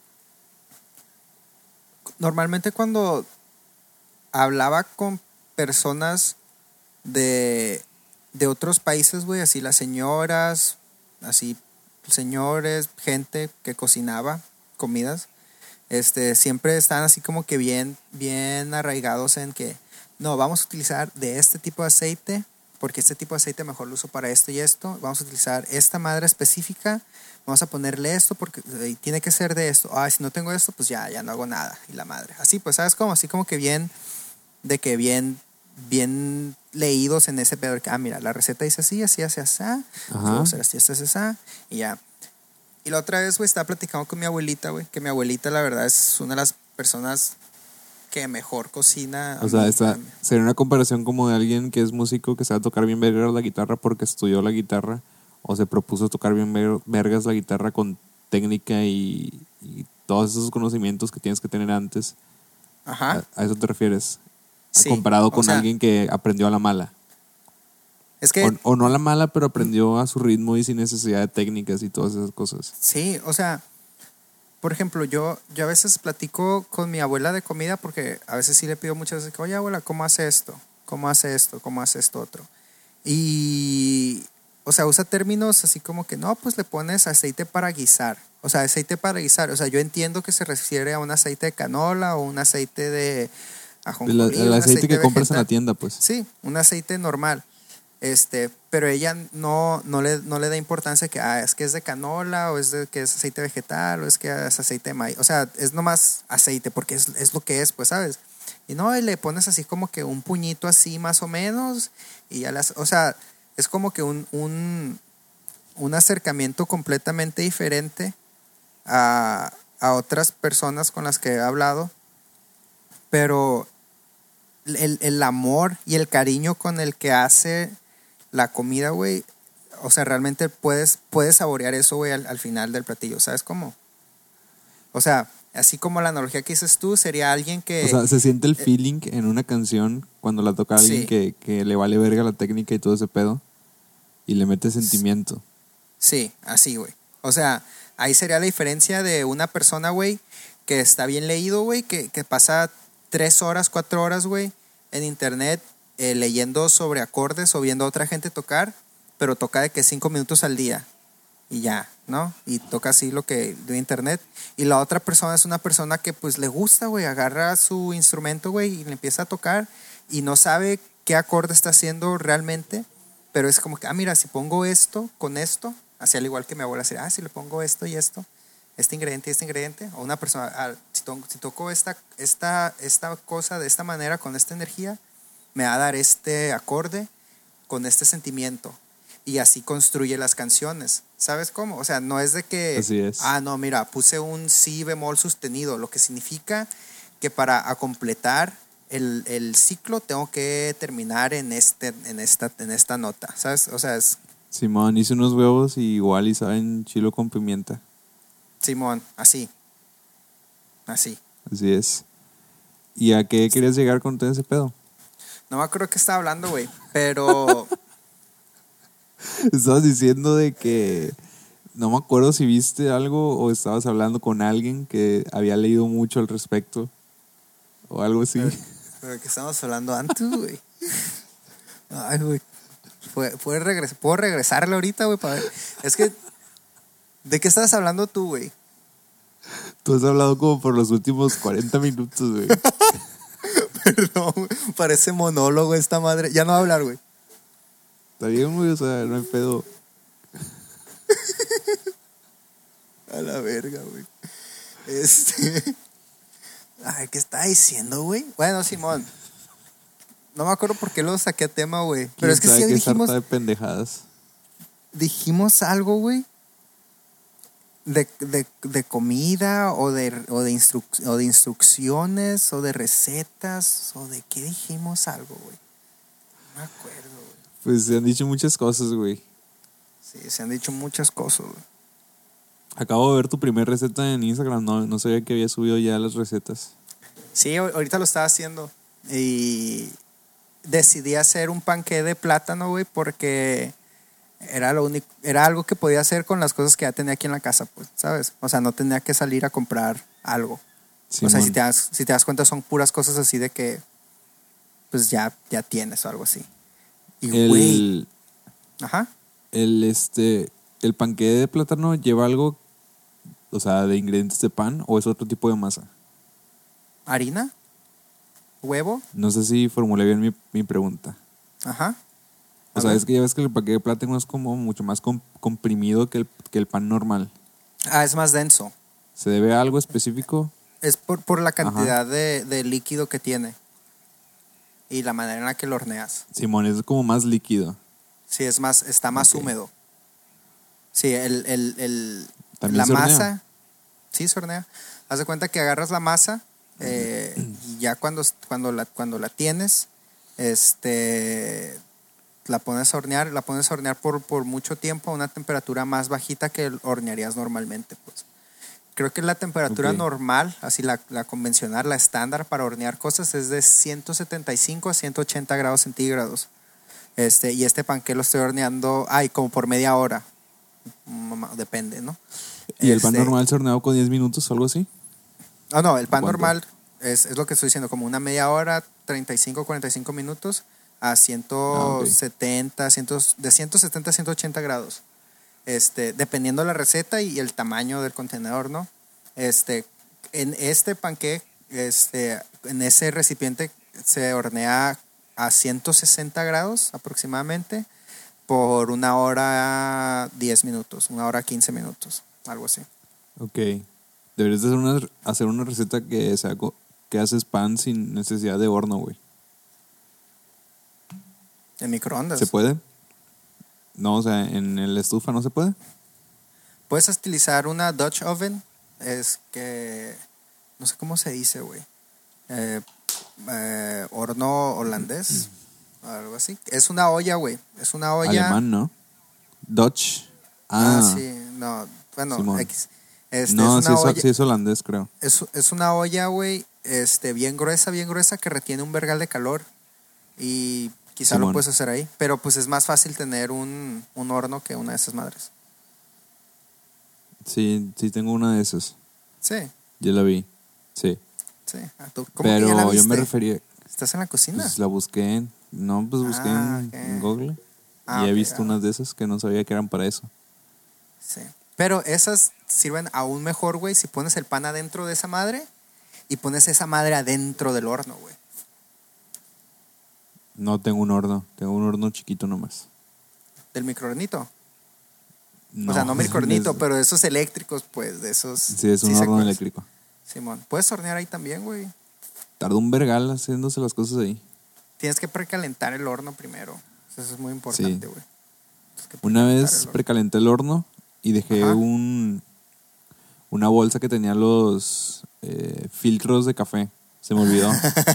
normalmente cuando hablaba con personas de, de otros países, güey, así las señoras, así señores, gente que cocinaba comidas, este, siempre están así como que bien, bien arraigados en que no, vamos a utilizar de este tipo de aceite, porque este tipo de aceite mejor lo uso para esto y esto, vamos a utilizar esta madre específica, vamos a ponerle esto porque eh, tiene que ser de esto, ah, si no tengo esto, pues ya, ya no hago nada, y la madre, así pues, ¿sabes cómo? Así como que bien, de que bien, bien leídos en ese pedo, de que, ah, mira, la receta dice así, así, así, así, Ajá. vamos a hacer así, así, así, así, y ya. Y la otra vez, güey, estaba platicando con mi abuelita, güey, que mi abuelita, la verdad, es una de las personas que mejor cocina. a O sea, mí- esta a mí. sería una comparación como de alguien que es músico que sabe tocar bien vergas la guitarra porque estudió la guitarra o se propuso tocar bien ver- vergas la guitarra con técnica y, y todos esos conocimientos que tienes que tener antes. Ajá. ¿A, a eso te refieres? Sí. Comparado o con sea, alguien que aprendió a la mala. Es que, O, o no a la mala, pero aprendió a su ritmo y sin necesidad de técnicas y todas esas cosas. sí, o sea, por ejemplo, yo, yo a veces platico con mi abuela de comida porque a veces sí le pido muchas veces que, oye, abuela, ¿cómo hace esto? ¿Cómo hace esto? ¿Cómo hace esto otro? Y, o sea, usa términos así como que, no, pues le pones aceite para guisar. O sea, aceite para guisar. O sea, yo entiendo que se refiere a un aceite de canola o un aceite de El, ajonjolí, el un aceite que compras en la vegetal. tienda, pues. Sí, un aceite normal. Este, pero ella no, no, le, no le da importancia que ah, es que es de canola o es de que es aceite vegetal o es que es aceite de maíz. O sea, es nomás aceite porque es, es lo que es, pues, ¿sabes? Y no, y le pones así como que un puñito así más o menos y ya las, o sea, es como que un, un, un acercamiento completamente diferente a, a otras personas con las que he hablado, pero el, el amor y el cariño con el que hace la comida, güey, o sea, realmente puedes, puedes saborear eso, güey, al, al final del platillo, ¿sabes cómo? O sea, así como la analogía que dices tú, sería alguien que... O sea, se siente el eh, feeling en una canción cuando la toca alguien sí, que, que le vale verga la técnica y todo ese pedo y le mete sentimiento. sí, así, güey. O sea, ahí sería la diferencia de una persona, güey, que está bien leído, güey, que, que pasa tres horas, cuatro horas, güey, en internet eh, leyendo sobre acordes o viendo a otra gente tocar, pero toca de que cinco minutos al día y ya, ¿no? Y toca así lo que de internet. Y la otra persona es una persona que pues le gusta, güey, agarra su instrumento, güey, y le empieza a tocar y no sabe qué acorde está haciendo realmente, pero es como que, ah, mira, si pongo esto con esto, así al igual que mi abuela, así, ah, si le pongo esto y esto, este ingrediente y este ingrediente, o una persona, ah, si, to, si toco esta, esta, esta cosa de esta manera, con esta energía, me va a dar este acorde con este sentimiento. Y así construye las canciones. ¿Sabes cómo? O sea, no es de que, Así es. ah, no, mira, puse un si bemol sostenido, lo que significa que para a completar el, el ciclo tengo que terminar en, este, en, esta, en esta nota. ¿Sabes? O sea, es... Simón, hice unos huevos y igual y saben chilo con pimienta. Simón, así. Así. Así es. ¿Y a qué querías llegar con todo ese pedo? No me acuerdo qué estaba hablando, güey, pero... Estabas diciendo de que no me acuerdo si viste algo o estabas hablando con alguien que había leído mucho al respecto o algo así. Pero, pero ¿qué estábamos hablando antes, güey? Ay, güey. ¿Puedo, regres- ¿Puedo regresarle ahorita, güey? Para ver. Es que... ¿De qué estabas hablando tú, güey? Tú has hablado como por los últimos cuarenta minutos, güey. Perdón, güey. Parece monólogo esta madre. Ya no va a hablar, güey. Está bien, güey, o sea, no hay pedo. A la verga, güey. Este... Ay, ¿qué estaba diciendo, güey? Bueno, Simón. No me acuerdo por qué lo saqué a tema, güey. Pero es que sí que dijimos... sarta de pendejadas. Dijimos algo, güey. De, de, de comida o de, o, de instruc- o de instrucciones o de recetas o de qué dijimos algo, güey. No me acuerdo, güey. Pues se han dicho muchas cosas, güey. Sí, se han dicho muchas cosas, güey. Acabo de ver tu primer receta en Instagram, no, no sabía que había subido ya las recetas. Sí, ahorita lo estaba haciendo. Y decidí hacer un panqué de plátano, güey, porque era lo único, era algo que podía hacer con las cosas que ya tenía aquí en la casa, pues, ¿sabes? O sea, no tenía que salir a comprar algo. Simón. O sea, si te das, si te das cuenta, son puras cosas así de que pues ya, ya tienes o algo así. Y güey. El, Ajá. el, este, el panqué de plátano lleva algo, o sea, de ingredientes de pan o es otro tipo de masa. ¿Harina? ¿Huevo? No sé si formulé bien mi, mi pregunta. Ajá. O A sea, ver. es que ya ves que el panqué de plátano es como mucho más com- comprimido que el, que el pan normal. Ah, es más denso. ¿Se debe a algo específico? Es por, por la cantidad de, de líquido que tiene. Y la manera en la que lo horneas. Simón, es como más líquido. Sí, es más, está más Ok. húmedo. Sí, el, el, el ¿También la se hornea? masa. Sí, se hornea. Haz de cuenta que agarras la masa eh, y ya cuando, cuando, la, cuando la tienes, este, la pones a hornear, la pones a hornear por, por mucho tiempo a una temperatura más bajita que hornearías normalmente, pues. Creo que la temperatura Ok. normal, así la, la convencional, la estándar para hornear cosas es de ciento setenta y cinco a ciento ochenta grados centígrados. Este, y este panqué lo estoy horneando, ay, como por media hora. Mm, Depende, ¿no? ¿Y el pan Este, normal se horneado con diez minutos o algo así? Oh, no, el pan ¿Cuánto? normal es, es lo que estoy diciendo, como una media hora, treinta y cinco, cuarenta y cinco minutos a ciento setenta, cien, de ciento setenta a ciento ochenta grados. Este, dependiendo la receta y el tamaño del contenedor, ¿no? Este, en este panqué, este, en ese recipiente se hornea a ciento sesenta grados aproximadamente por una hora diez minutos, una hora quince minutos, algo así. Ok. Deberías de hacer una, hacer una receta que sea co- que haces pan sin necesidad de horno, güey. En microondas. ¿Se puede? No, o sea, en el estufa no se puede. Puedes utilizar una Dutch oven, es que no sé cómo se dice, güey. Eh, eh, horno holandés, algo así. Es una olla, güey. Es una olla. Alemán, ¿no? Dutch. Ah, Ah, sí, no, bueno, Simón. X. Este, no, es sí una es, olla, sí es holandés, creo. es, es una olla, güey, este, bien gruesa, bien gruesa, que retiene un vergal de calor. Y quizá lo Simón. puedes hacer ahí. Pero pues es más fácil tener un, un horno que una de esas madres. Sí, sí tengo una de esas. Sí, Ya la vi. Sí. sí. Ah, ¿tú cómo que Pero ya la yo me viste? refería, ¿Estás en la cocina? pues la busqué en, no, pues busqué Ah, en, ok. en Google. Ah, y he ok, visto ah. unas de esas que no sabía que eran para eso. Sí. Pero esas sirven aún mejor, güey, si pones el pan adentro de esa madre y pones esa madre adentro del horno, güey. No tengo un horno, tengo un horno chiquito nomás. Del microhornito. O sea, no microhornito, es- pero de esos eléctricos, pues, de esos. Sí, es un sí sé horno cuáles. eléctrico. Simón, puedes hornear ahí también, güey. Tarda un vergal haciéndose las cosas ahí. Tienes que precalentar el horno primero. Eso es muy importante, güey. Tienes que Una precalentar vez el horno. precalenté el horno y dejé Ajá. un una bolsa que tenía los eh, filtros de café. Se me olvidó.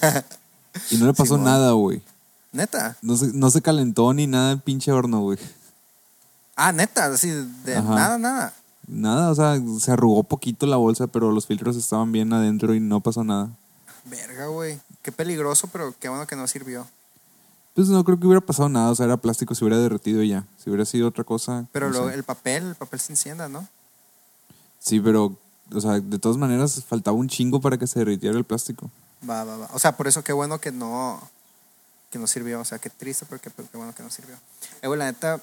Y no le pasó Simón. nada, güey. Neta. No se, no se calentó ni nada el pinche horno, güey. Ah, neta, así de Ajá. nada, nada. Nada, o sea, se arrugó poquito la bolsa, pero los filtros estaban bien adentro y no pasó nada. Verga, güey. Qué peligroso, pero qué bueno que no sirvió. Pues no creo que hubiera pasado nada, o sea, era plástico, se hubiera derretido y ya. Si hubiera sido otra cosa. Pero no lo- sé. el papel, el papel se encienda, ¿no? Sí, pero, o sea, de todas maneras faltaba un chingo para que se derritiera el plástico. Va, va, va. O sea, por eso qué bueno que no, que no sirvió. O sea, qué triste, pero qué, pero qué bueno que no sirvió. Eh, güey, la neta,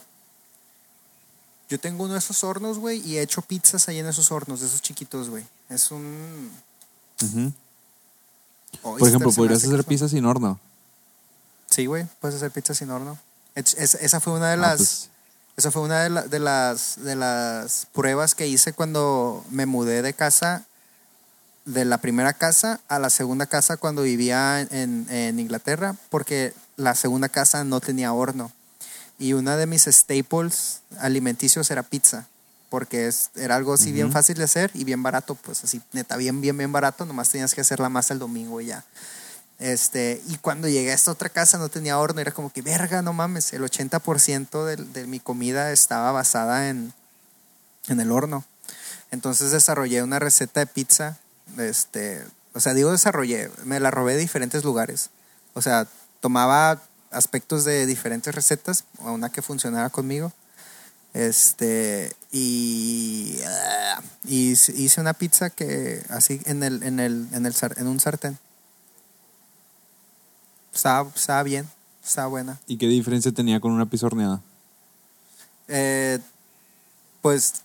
yo tengo uno de esos hornos, güey, y he hecho pizzas ahí en esos hornos, de esos chiquitos, güey. Es un... Ujú. Oyster, Por ejemplo, se me podrías hace que hacer son. pizza sin horno. Sí, güey, puedes hacer pizza sin horno. Es- es- esa fue una de Ah, las... pues, Esa fue una de, la- de las, de las pruebas que hice cuando me mudé de casa, de la primera casa a la segunda casa cuando vivía en, en Inglaterra, porque la segunda casa no tenía horno. Y una de mis staples alimenticios era pizza, porque es, era algo así bien Ujú. fácil de hacer y bien barato, pues así, neta, bien, bien, bien barato, nomás tenías que hacer la masa el domingo y ya. Este, y cuando llegué a esta otra casa no tenía horno, era como que, verga, no mames, el ochenta por ciento de, de mi comida estaba basada en, en el horno. Entonces desarrollé una receta de pizza, este, o sea, digo desarrollé, me la robé de diferentes lugares. O sea, tomaba aspectos de diferentes recetas, una que funcionara conmigo. Este, y, ah, y hice una pizza que así en el, en el, en el, sar- en un sartén. Estaba, estaba bien, estaba buena. ¿y qué diferencia tenía con una pizza horneada? Eh, pues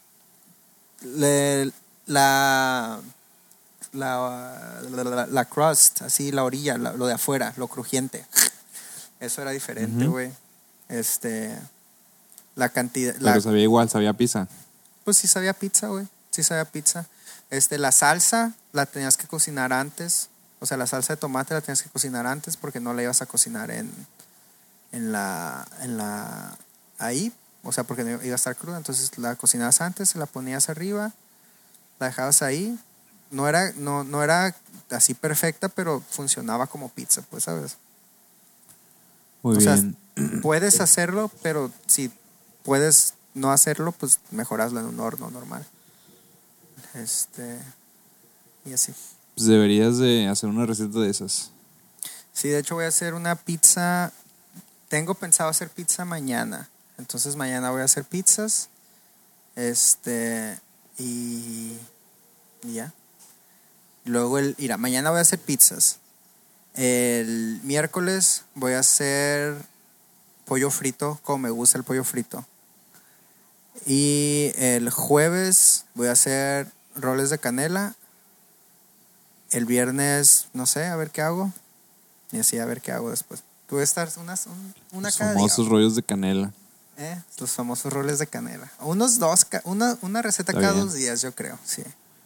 le- la, la, la, la- la crust, así la orilla, la- lo de afuera, lo crujiente. Eso era diferente, Ujú. güey. Este, la cantidad, Pero la, sabía igual, sabía pizza. pues sí sabía pizza, güey. Sí sabía pizza. Este, la salsa la tenías que cocinar antes. O sea, la salsa de tomate la tenías que cocinar antes porque no la ibas a cocinar en, en la, en la, ahí. O sea, porque no iba a estar cruda. Entonces la cocinabas antes, la ponías arriba, la dejabas ahí. No era, no, no era así perfecta, pero funcionaba como pizza, pues, ¿sabes? Muy O sea, bien. puedes hacerlo, pero si puedes no hacerlo, pues mejoraslo en un horno normal. Este, y así. Pues deberías de hacer una receta de esas. Sí, de hecho voy a hacer una pizza. Tengo pensado hacer pizza mañana. Entonces mañana voy a hacer pizzas. Este, y, y ya. Luego el, mira, mañana voy a hacer pizzas. El miércoles voy a hacer pollo frito, como me gusta el pollo frito. Y el jueves voy a hacer roles de canela. El viernes, no sé, a ver qué hago. Y así a ver qué hago después. Voy a estar unas, un- una Los cada día. famosos rollos de canela. Eh, los famosos roles de canela. Unos dos, ca- una, una receta Está cada bien. dos días, yo creo, sí.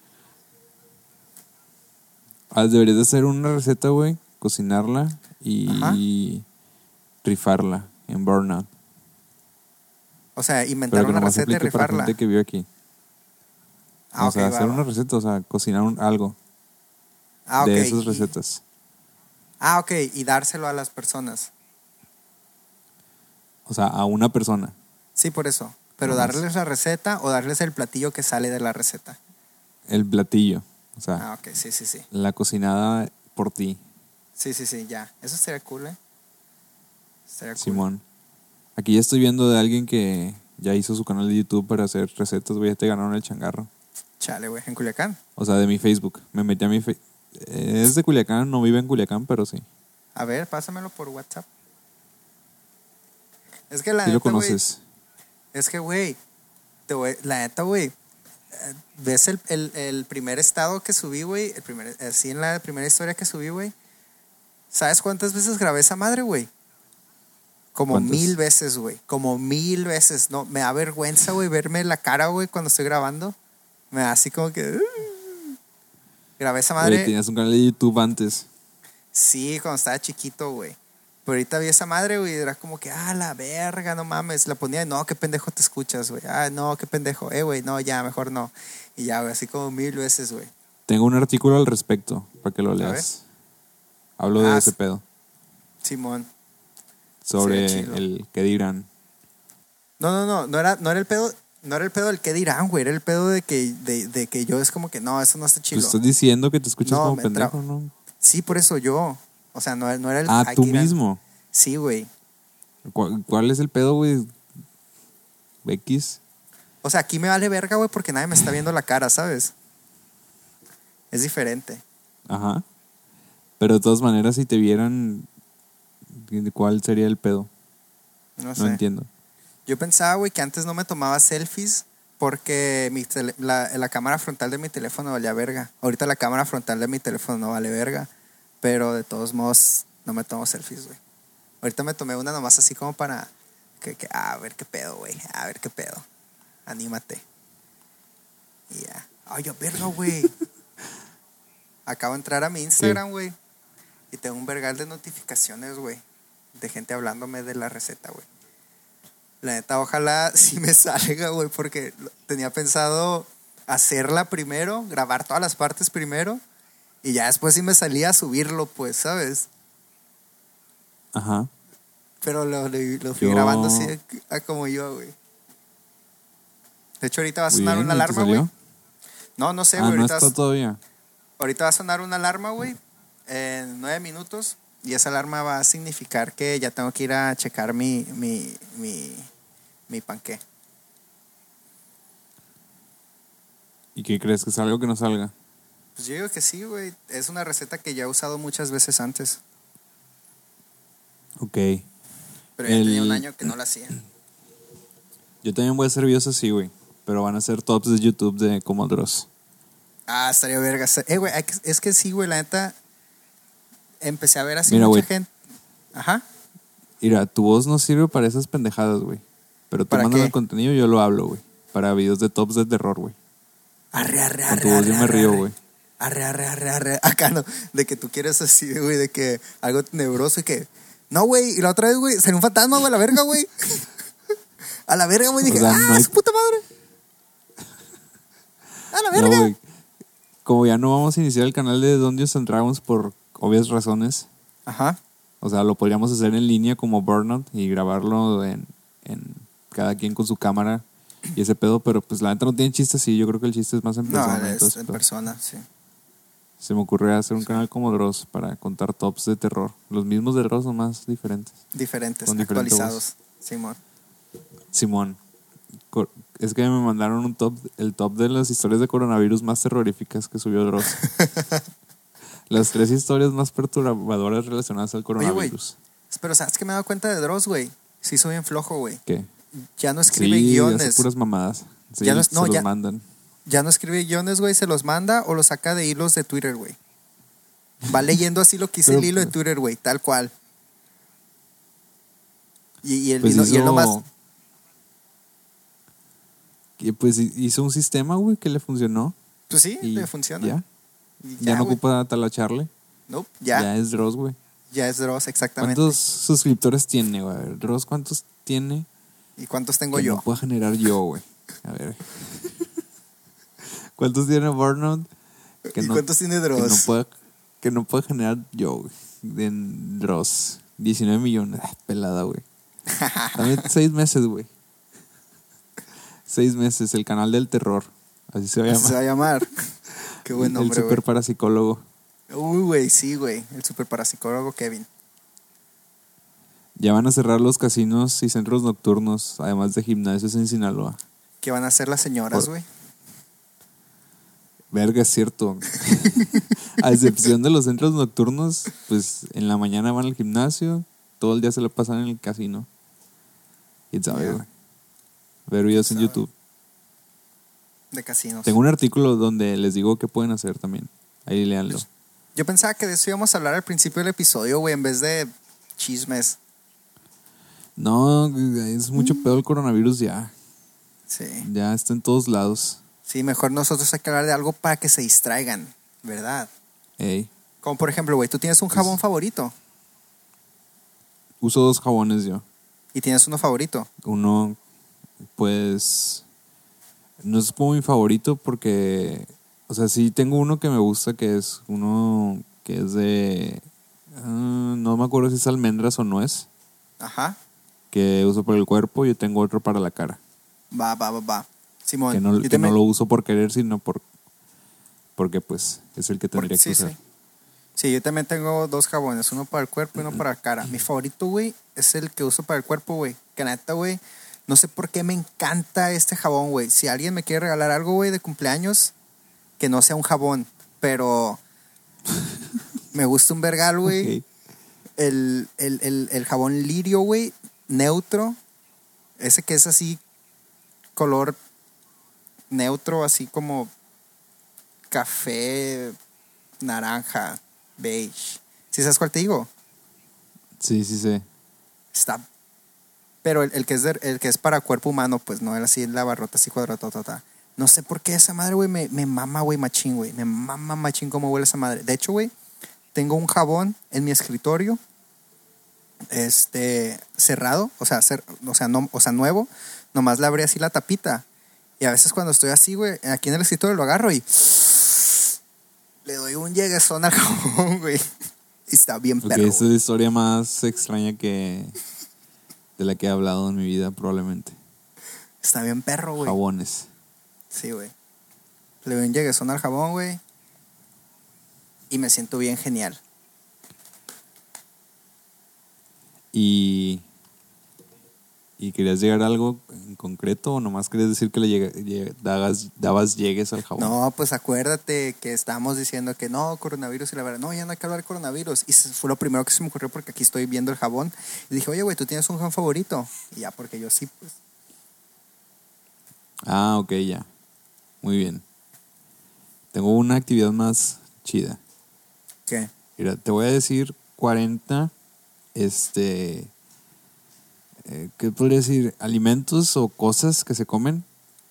Ah, deberías de hacer una receta, güey, cocinarla y rifarla en Burnout. O sea, inventar Pero que una nomás receta y aplique para rifarla. gente que vive aquí. Ah, o sea, ok, va, hacer va. una receta, o sea, cocinar un- algo Ah, de ok, esas y- recetas. Ah, ok, y dárselo a las personas. O sea, a una persona. Sí, por eso. Pero Nomás. darles la receta o darles el platillo que sale de la receta. El platillo. O sea, Ah, ok, sí, sí, sí. la cocinada por ti, Sí, sí, sí, ya. Eso estaría cool, ¿eh? Estaría cool. Simón. Aquí ya estoy viendo de alguien que ya hizo su canal de YouTube para hacer recetas, güey. Ya te ganaron el changarro. Chale, güey, en Culiacán. O sea, de mi Facebook. Me metí a mi Facebook. Es de Culiacán, no vive en Culiacán, pero sí. A ver, pásamelo por WhatsApp. Es que la Sí lo neta, güey, conoces. es que, güey, te voy- la neta, güey, eh, ves el, el, el primer estado que subí, güey, el primer, así en la primera historia que subí, güey. ¿Sabes cuántas veces grabé esa madre, güey? Como ¿Cuántas? mil veces, güey. Como mil veces. No, me da vergüenza, güey, verme la cara, güey, cuando estoy grabando. Me da así como que... "Uh". Grabé esa madre. Güey, tenías un canal de YouTube antes. Sí, cuando estaba chiquito, güey. Pero ahorita vi esa madre, güey, y era como que, ah, la verga, no mames. La ponía, no, qué pendejo te escuchas, güey. Ah, no, qué pendejo. Eh, güey, no, ya, mejor no. Y ya, güey, así como mil veces, güey. Tengo un artículo al respecto para que lo A ver. leas. Hablo de Ah, ese s- pedo. Simón. Sobre Sí, chido. el que dirán. No, no, no, no era, no era el pedo, no era el pedo del qué dirán, güey. Era el pedo de que, de, de que yo es como que, no, eso no está Pues chido. estás diciendo que te escuchas No, como me pendejo, tra- ¿no? Sí, por eso yo. O sea, no, no era el... Ah, ay, tú qué dirán. mismo. Sí, güey. ¿Cuál, cuál es el pedo, güey? X. O sea, aquí me vale verga, güey, porque nadie me está viendo la cara, ¿sabes? Es diferente. Ajá. Pero de todas maneras, si te vieran, ¿cuál sería el pedo? No No sé. entiendo. Yo pensaba, güey, que antes no me tomaba selfies porque mi tele- la, la cámara frontal de mi teléfono valía verga. Ahorita la cámara frontal de mi teléfono no vale verga. Pero de todos modos, no me tomo selfies, güey. Ahorita me tomé una nomás así como para... Que, que, ah, a ver qué pedo, güey. A ver qué pedo. Anímate. Y ya. Ay, ya verga, güey. Acabo de entrar a mi Instagram, güey. Y tengo un vergal de notificaciones, güey. De gente hablándome de la receta, güey. La neta, ojalá sí me salga, güey. Porque lo- tenía pensado hacerla primero, grabar todas las partes primero. Y ya después sí me salía a subirlo, pues, ¿sabes? Ajá. Pero lo, lo, lo fui Yo- grabando así a, a como iba, güey. De hecho, ahorita va a Muy sonar bien, una ¿y te alarma, güey. salió? No, no sé, Ah, güey. no ahorita, está vas- todavía. ahorita va a sonar una alarma, güey. En nueve minutos. Y esa alarma va a significar que ya tengo que ir a checar mi, mi, mi, mi panqué. ¿Y qué crees? ¿Que salga o que no salga? Pues yo digo que sí, güey. Es una receta que ya he usado muchas veces antes. Ok. Pero ya El- tenía un año que no la hacía. Yo también voy a hacer videos así, güey. Pero van a ser tops de YouTube de como Dross. Ah, estaría verga. Eh, güey, hay que- es que sí, güey, la neta. Empecé a ver así Mira, mucha güey. gente. Ajá. Mira, tu voz no sirve para esas pendejadas, güey. Pero tú ¿Para mandas qué? el contenido y yo lo hablo, güey. Para videos de tops de terror, güey. Arre, arre, Con arre. tu voz yo arre, me arre, río, arre. güey. Arre, arre, arre, arre. Acá no. De que tú quieres así, güey, de que algo tenebroso y que. No, güey. Y la otra vez, güey, salió un fantasma, güey, a la verga, güey. A la verga, güey. O Dije, sea, ah, no hay- su puta madre. A la No, verga. güey. Como ya no vamos a iniciar el canal de Dungeons and Dragons por obvias razones. Ajá. O sea, lo podríamos hacer en línea como Burnout y grabarlo en, en cada quien con su cámara y ese pedo, pero pues la neta no tiene chiste así. Yo creo que el chiste es más en persona. No, es entonces, en pues, persona, sí. se me ocurrió hacer un canal como Dross para contar tops de terror. Los mismos de Dross, nomás diferentes. Diferentes, Con diferente actualizados. Simón. Simón, cor- es que me mandaron un top, el top de las historias de coronavirus más terroríficas que subió Dross. Las tres historias más perturbadoras relacionadas al coronavirus. Pero ¿sabes qué me he dado cuenta de Dross, güey? Sí, soy bien flojo, güey. ¿Qué? Ya no escribe Sí, guiones. hace puras mamadas. Sí, Ya no es- se no, los ya- mandan. Ya no escribe guiones, güey, se los manda o los saca de hilos de Twitter, güey. Va leyendo así lo que hice Pero, el hilo de pues- Twitter, güey, tal cual. Y, y, el, Pues y, no- y él hizo- nomás. que, pues hizo un sistema, güey, que le funcionó. Pues sí, Y le funciona. Ya, Y ya, no güey. ocupa talacharle. Nope, ya, Ya ya. es Dross, güey. es Dross, exactamente. ¿Cuántos suscriptores tiene, güey? A ver, Dross, ¿cuántos tiene ¿Y cuántos tengo que yo? no pueda generar yo, güey? A ver. ¿Cuántos tiene Burnout? Que ¿Y no, cuántos tiene que no Dross? pueda, que no pueda generar yo, güey. En Dross. diecinueve millones. Ah, pelada, güey. También seis meses, güey. Seis meses. El canal del terror. Así se va a Así se va llamar. a llamar. Qué buen El nombre, super güey. parapsicólogo. Uy, güey, sí, güey. El super parapsicólogo Kevin. Ya van a cerrar los casinos y centros nocturnos, además de gimnasios en Sinaloa. ¿Qué van a hacer las señoras, Por- güey? Verga, es cierto. A excepción de los centros nocturnos, pues en la mañana van al gimnasio, todo el día se lo pasan en el casino. ¿Quién sabe, Ya. güey? Ver videos en sabe? YouTube. De casinos. Tengo un artículo donde les digo qué pueden hacer también. Ahí léanlo. Yo pensaba que de eso íbamos a hablar al principio del episodio, güey, en vez de chismes. No, es mucho pedo el coronavirus ya. Sí. Ya está en todos lados. Sí, mejor nosotros hay que hablar de algo para que se distraigan, ¿verdad? Ey. Como por ejemplo, güey, tú tienes un jabón favorito Uso dos jabones yo. y tienes uno favorito. Uno, pues, no es como mi favorito porque, o sea, sí tengo uno que me gusta, que es uno que es de, uh, no me acuerdo si es almendras o nuez, Ajá. que uso para el cuerpo. Yo tengo otro para la cara, Va, va, va, va. Simón. que no, yo que también- no lo uso por querer, sino por, porque pues es el que por- tendría sí, que usar. sí. Sí, yo también tengo dos jabones, uno para el cuerpo y uno para la cara. Mi favorito, güey, es el que uso para el cuerpo, güey. Que neta, güey, no sé por qué me encanta este jabón, güey. Si alguien me quiere regalar algo, güey, de cumpleaños, que no sea un jabón, pero me gusta un vergal, güey. Ok. El, el, el, el jabón lirio, güey, neutro. Ese que es así, color neutro, así como café, naranja, beige. ¿Sí sabes cuál te digo? Sí, sí, sí. Está. Pero el, el que es de- el que es para cuerpo humano, pues no, era así la barrota, así cuadratota. No sé por qué esa madre, güey, me, me mama, güey, machín, güey. Me mama machín cómo huele esa madre. De hecho, güey, tengo un jabón en mi escritorio, este, cerrado, o sea, cer- o sea, no, o sea, nuevo. Nomás le abrí así la tapita. Y a veces cuando estoy así, güey, aquí en el escritorio lo agarro y le doy un lleguesón al jabón, güey. Y está bien Ok, perro, esa es güey. la historia más extraña que de la que he hablado en mi vida, probablemente. Está bien perro, güey. Jabones. Sí, güey. Le doy un lleguesón al jabón, güey. Y me siento bien genial. Y, y querías llegar a algo en concreto o nomás querías decir que le llega- lle- dabas, dabas llegues al jabón. No, pues acuérdate que estábamos diciendo que no, coronavirus y la verdad, no, ya no hay que hablar de coronavirus. Y se- fue lo primero que se me ocurrió porque aquí estoy viendo el jabón. Y dije, oye, güey, ¿tú tienes un jabón favorito? Y ya, porque yo sí, pues. Ah, ok, ya. Muy bien. Tengo una actividad más chida. ¿Qué? Mira, te voy a decir cuarenta, este, eh, ¿qué podría decir? Alimentos o cosas que se comen.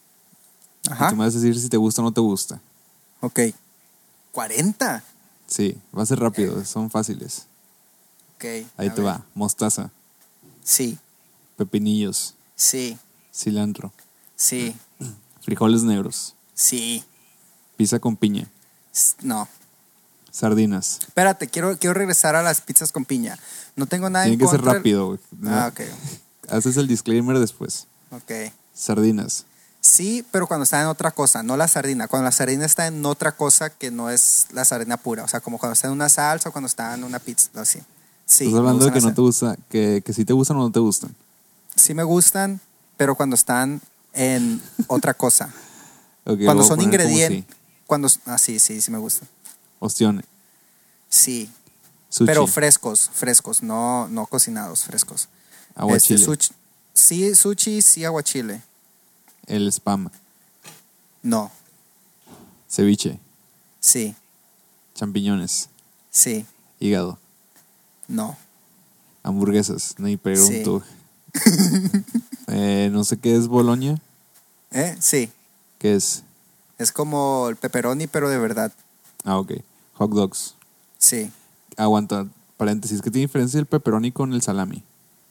Y Ajá. tú me vas a decir si te gusta o no te gusta. Ok. ¿cuarenta? Sí, va a ser rápido, son fáciles. Ok. Ahí a te ver. va. Mostaza, Sí, pepinillos, sí, cilantro, sí, frijoles negros, sí. pizza con piña, S- No. sardinas. Espérate, quiero, quiero regresar a las pizzas con piña. No tengo nada Tiene en que ser contra. rápido, güey. Ah, ok. Haces el disclaimer después. Ok. Sardinas. Sí, pero cuando está en otra cosa, no la sardina. Cuando la sardina está en otra cosa que no es la sardina pura. O sea, como cuando está en una salsa o cuando está en una pizza. Así. Sí, Estás me hablando de gustan que no las- te gusta, que, que sí te gustan o no te gustan. Sí me gustan, pero cuando están en otra cosa. Ok, Cuando voy a son poner como ingredientes. sí. Cuando, ah, sí, sí, sí me gustan. Ostión, Sí, sushi, pero frescos, frescos, no, no cocinados, frescos. aguachile, Este, sushi, sí, sushi, sí, aguachile. el spam, No, ceviche, sí, champiñones, sí, hígado, no. hamburguesas, ni pregunto. eh, no sé qué es Boloña. ¿Eh? Sí, ¿Qué es? es como el pepperoni, pero de verdad. Ah, ok. Hot dogs. Sí. Aguanta, paréntesis. ¿Qué tiene diferencia el pepperoni con el salami?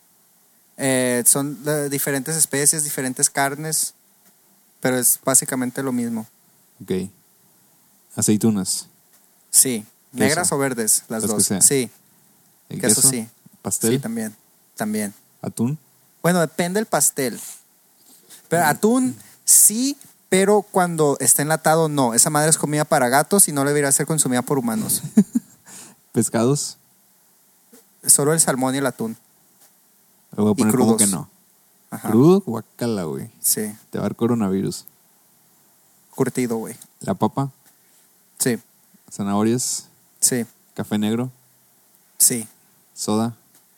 Eh, son de diferentes especies, diferentes carnes, pero es básicamente lo mismo. Ok. Aceitunas. Sí. Queso. ¿Negras o verdes? Las Las que dos. sean. Sí. ¿El Queso, queso? sí. Pastel. Sí, también. También. Atún. Bueno, depende del pastel. Pero atún, sí, pero cuando está enlatado, no. Esa madre es comida para gatos y no debería ser consumida por humanos. Pescados. Solo el salmón y el atún. Lo voy a Y poner como crudos. que no. Ajá. Crudo, guacala, güey. Sí. Te va a dar coronavirus. Curtido, güey. La papa. Sí. Zanahorias. Sí. Café negro. Sí. Soda.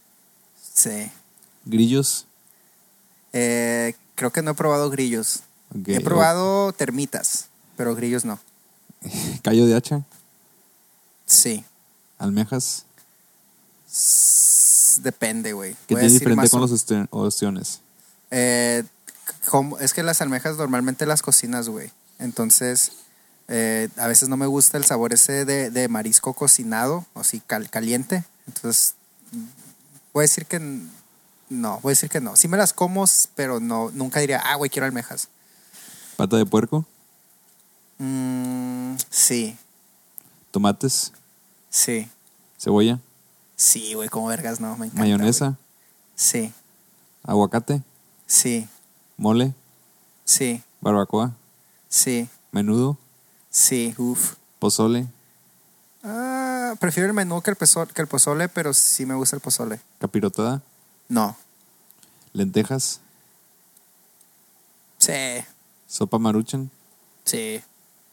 Sí. Grillos. Eh, creo que no he probado grillos. Ok, He probado termitas, pero grillos no. Callo de hacha. Sí. Almejas. es depende, güey. ¿Qué Voy a tiene decir diferente más con o- los osti- ostiones? Eh, como- es que las almejas normalmente las cocinas, güey. Entonces, eh, a veces no me gusta el sabor ese de, de marisco cocinado, o sí, cal- caliente. Entonces, voy a decir que n- no, voy a decir que no. Sí me las como, pero no, nunca diría, ah, güey, quiero almejas. ¿Pata de puerco? Mm, sí, ¿Tomates? sí, ¿Cebolla? sí, güey, como vergas, no, me encanta. ¿Mayonesa? Güey. Sí, ¿Aguacate? sí, ¿Mole? sí, ¿Barbacoa? sí, ¿Menudo? sí, uff. ¿Pozole? Ah, prefiero el menú que el, peso- que el pozole, pero sí me gusta el pozole. ¿Capirotada? No, ¿Lentejas? sí, ¿Sopa maruchan? sí,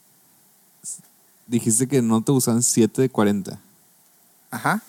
Dijiste que no te gustan siete de cuarenta. ajá.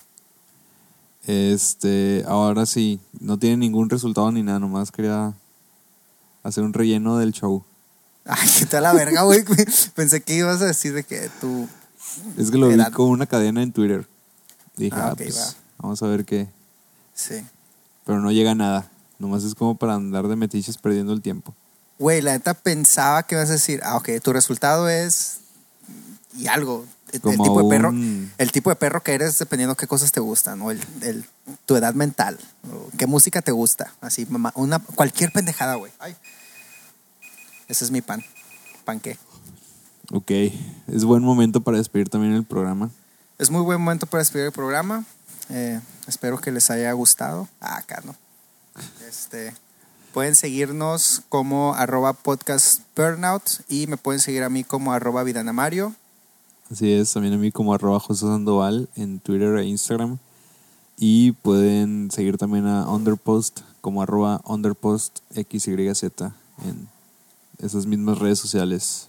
Este, ahora sí, no tiene ningún resultado ni nada, nomás quería hacer un relleno del show. Ay, qué tal la verga, güey. Pensé que ibas a decir de que tú. Es que lo vi Edad. con una cadena en Twitter. Dije, Ah, ah, ok, pues va. vamos a ver qué. Sí. Pero no llega a nada. Nomás es como para andar de metiches perdiendo el tiempo. Güey, la neta pensaba que ibas a decir, ah, ok, tu resultado es. Y algo. El, el Como tipo de perro. un- El tipo de perro que eres dependiendo qué cosas te gustan, ¿no? El, el- tu edad mental. O qué música te gusta. Así, mamá. Una, cualquier pendejada, güey. Ay. Ese es mi pan. ¿Pan qué? Ok, es buen momento para despedir también el programa. Es muy buen momento para despedir el programa. Eh, espero que les haya gustado. Ah, acá no. Este, pueden seguirnos como arroba podcast burnout y me pueden seguir a mí como arroba vidanamario. Así es, también a mí como arroba José Sandoval en Twitter e Instagram. Y pueden seguir también a Underpost como arroba Underpost X Y Z en esas mismas redes sociales.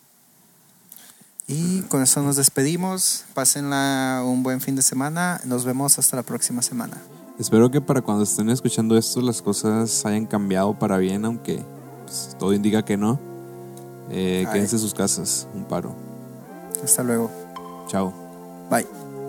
Y con eso nos despedimos. Pásenla un buen fin de semana. Nos vemos hasta la próxima semana. Espero que para cuando estén escuchando esto las cosas hayan cambiado para bien, aunque pues, todo indica que no. Eh, Ay. quédense en sus casas, un paro. Hasta luego. Chao. Bye.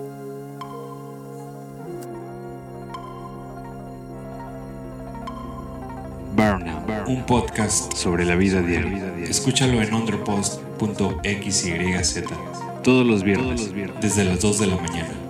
Burnout, un podcast sobre la vida diaria. Escúchalo en underpost punto x y z todos los viernes, desde las dos de la mañana.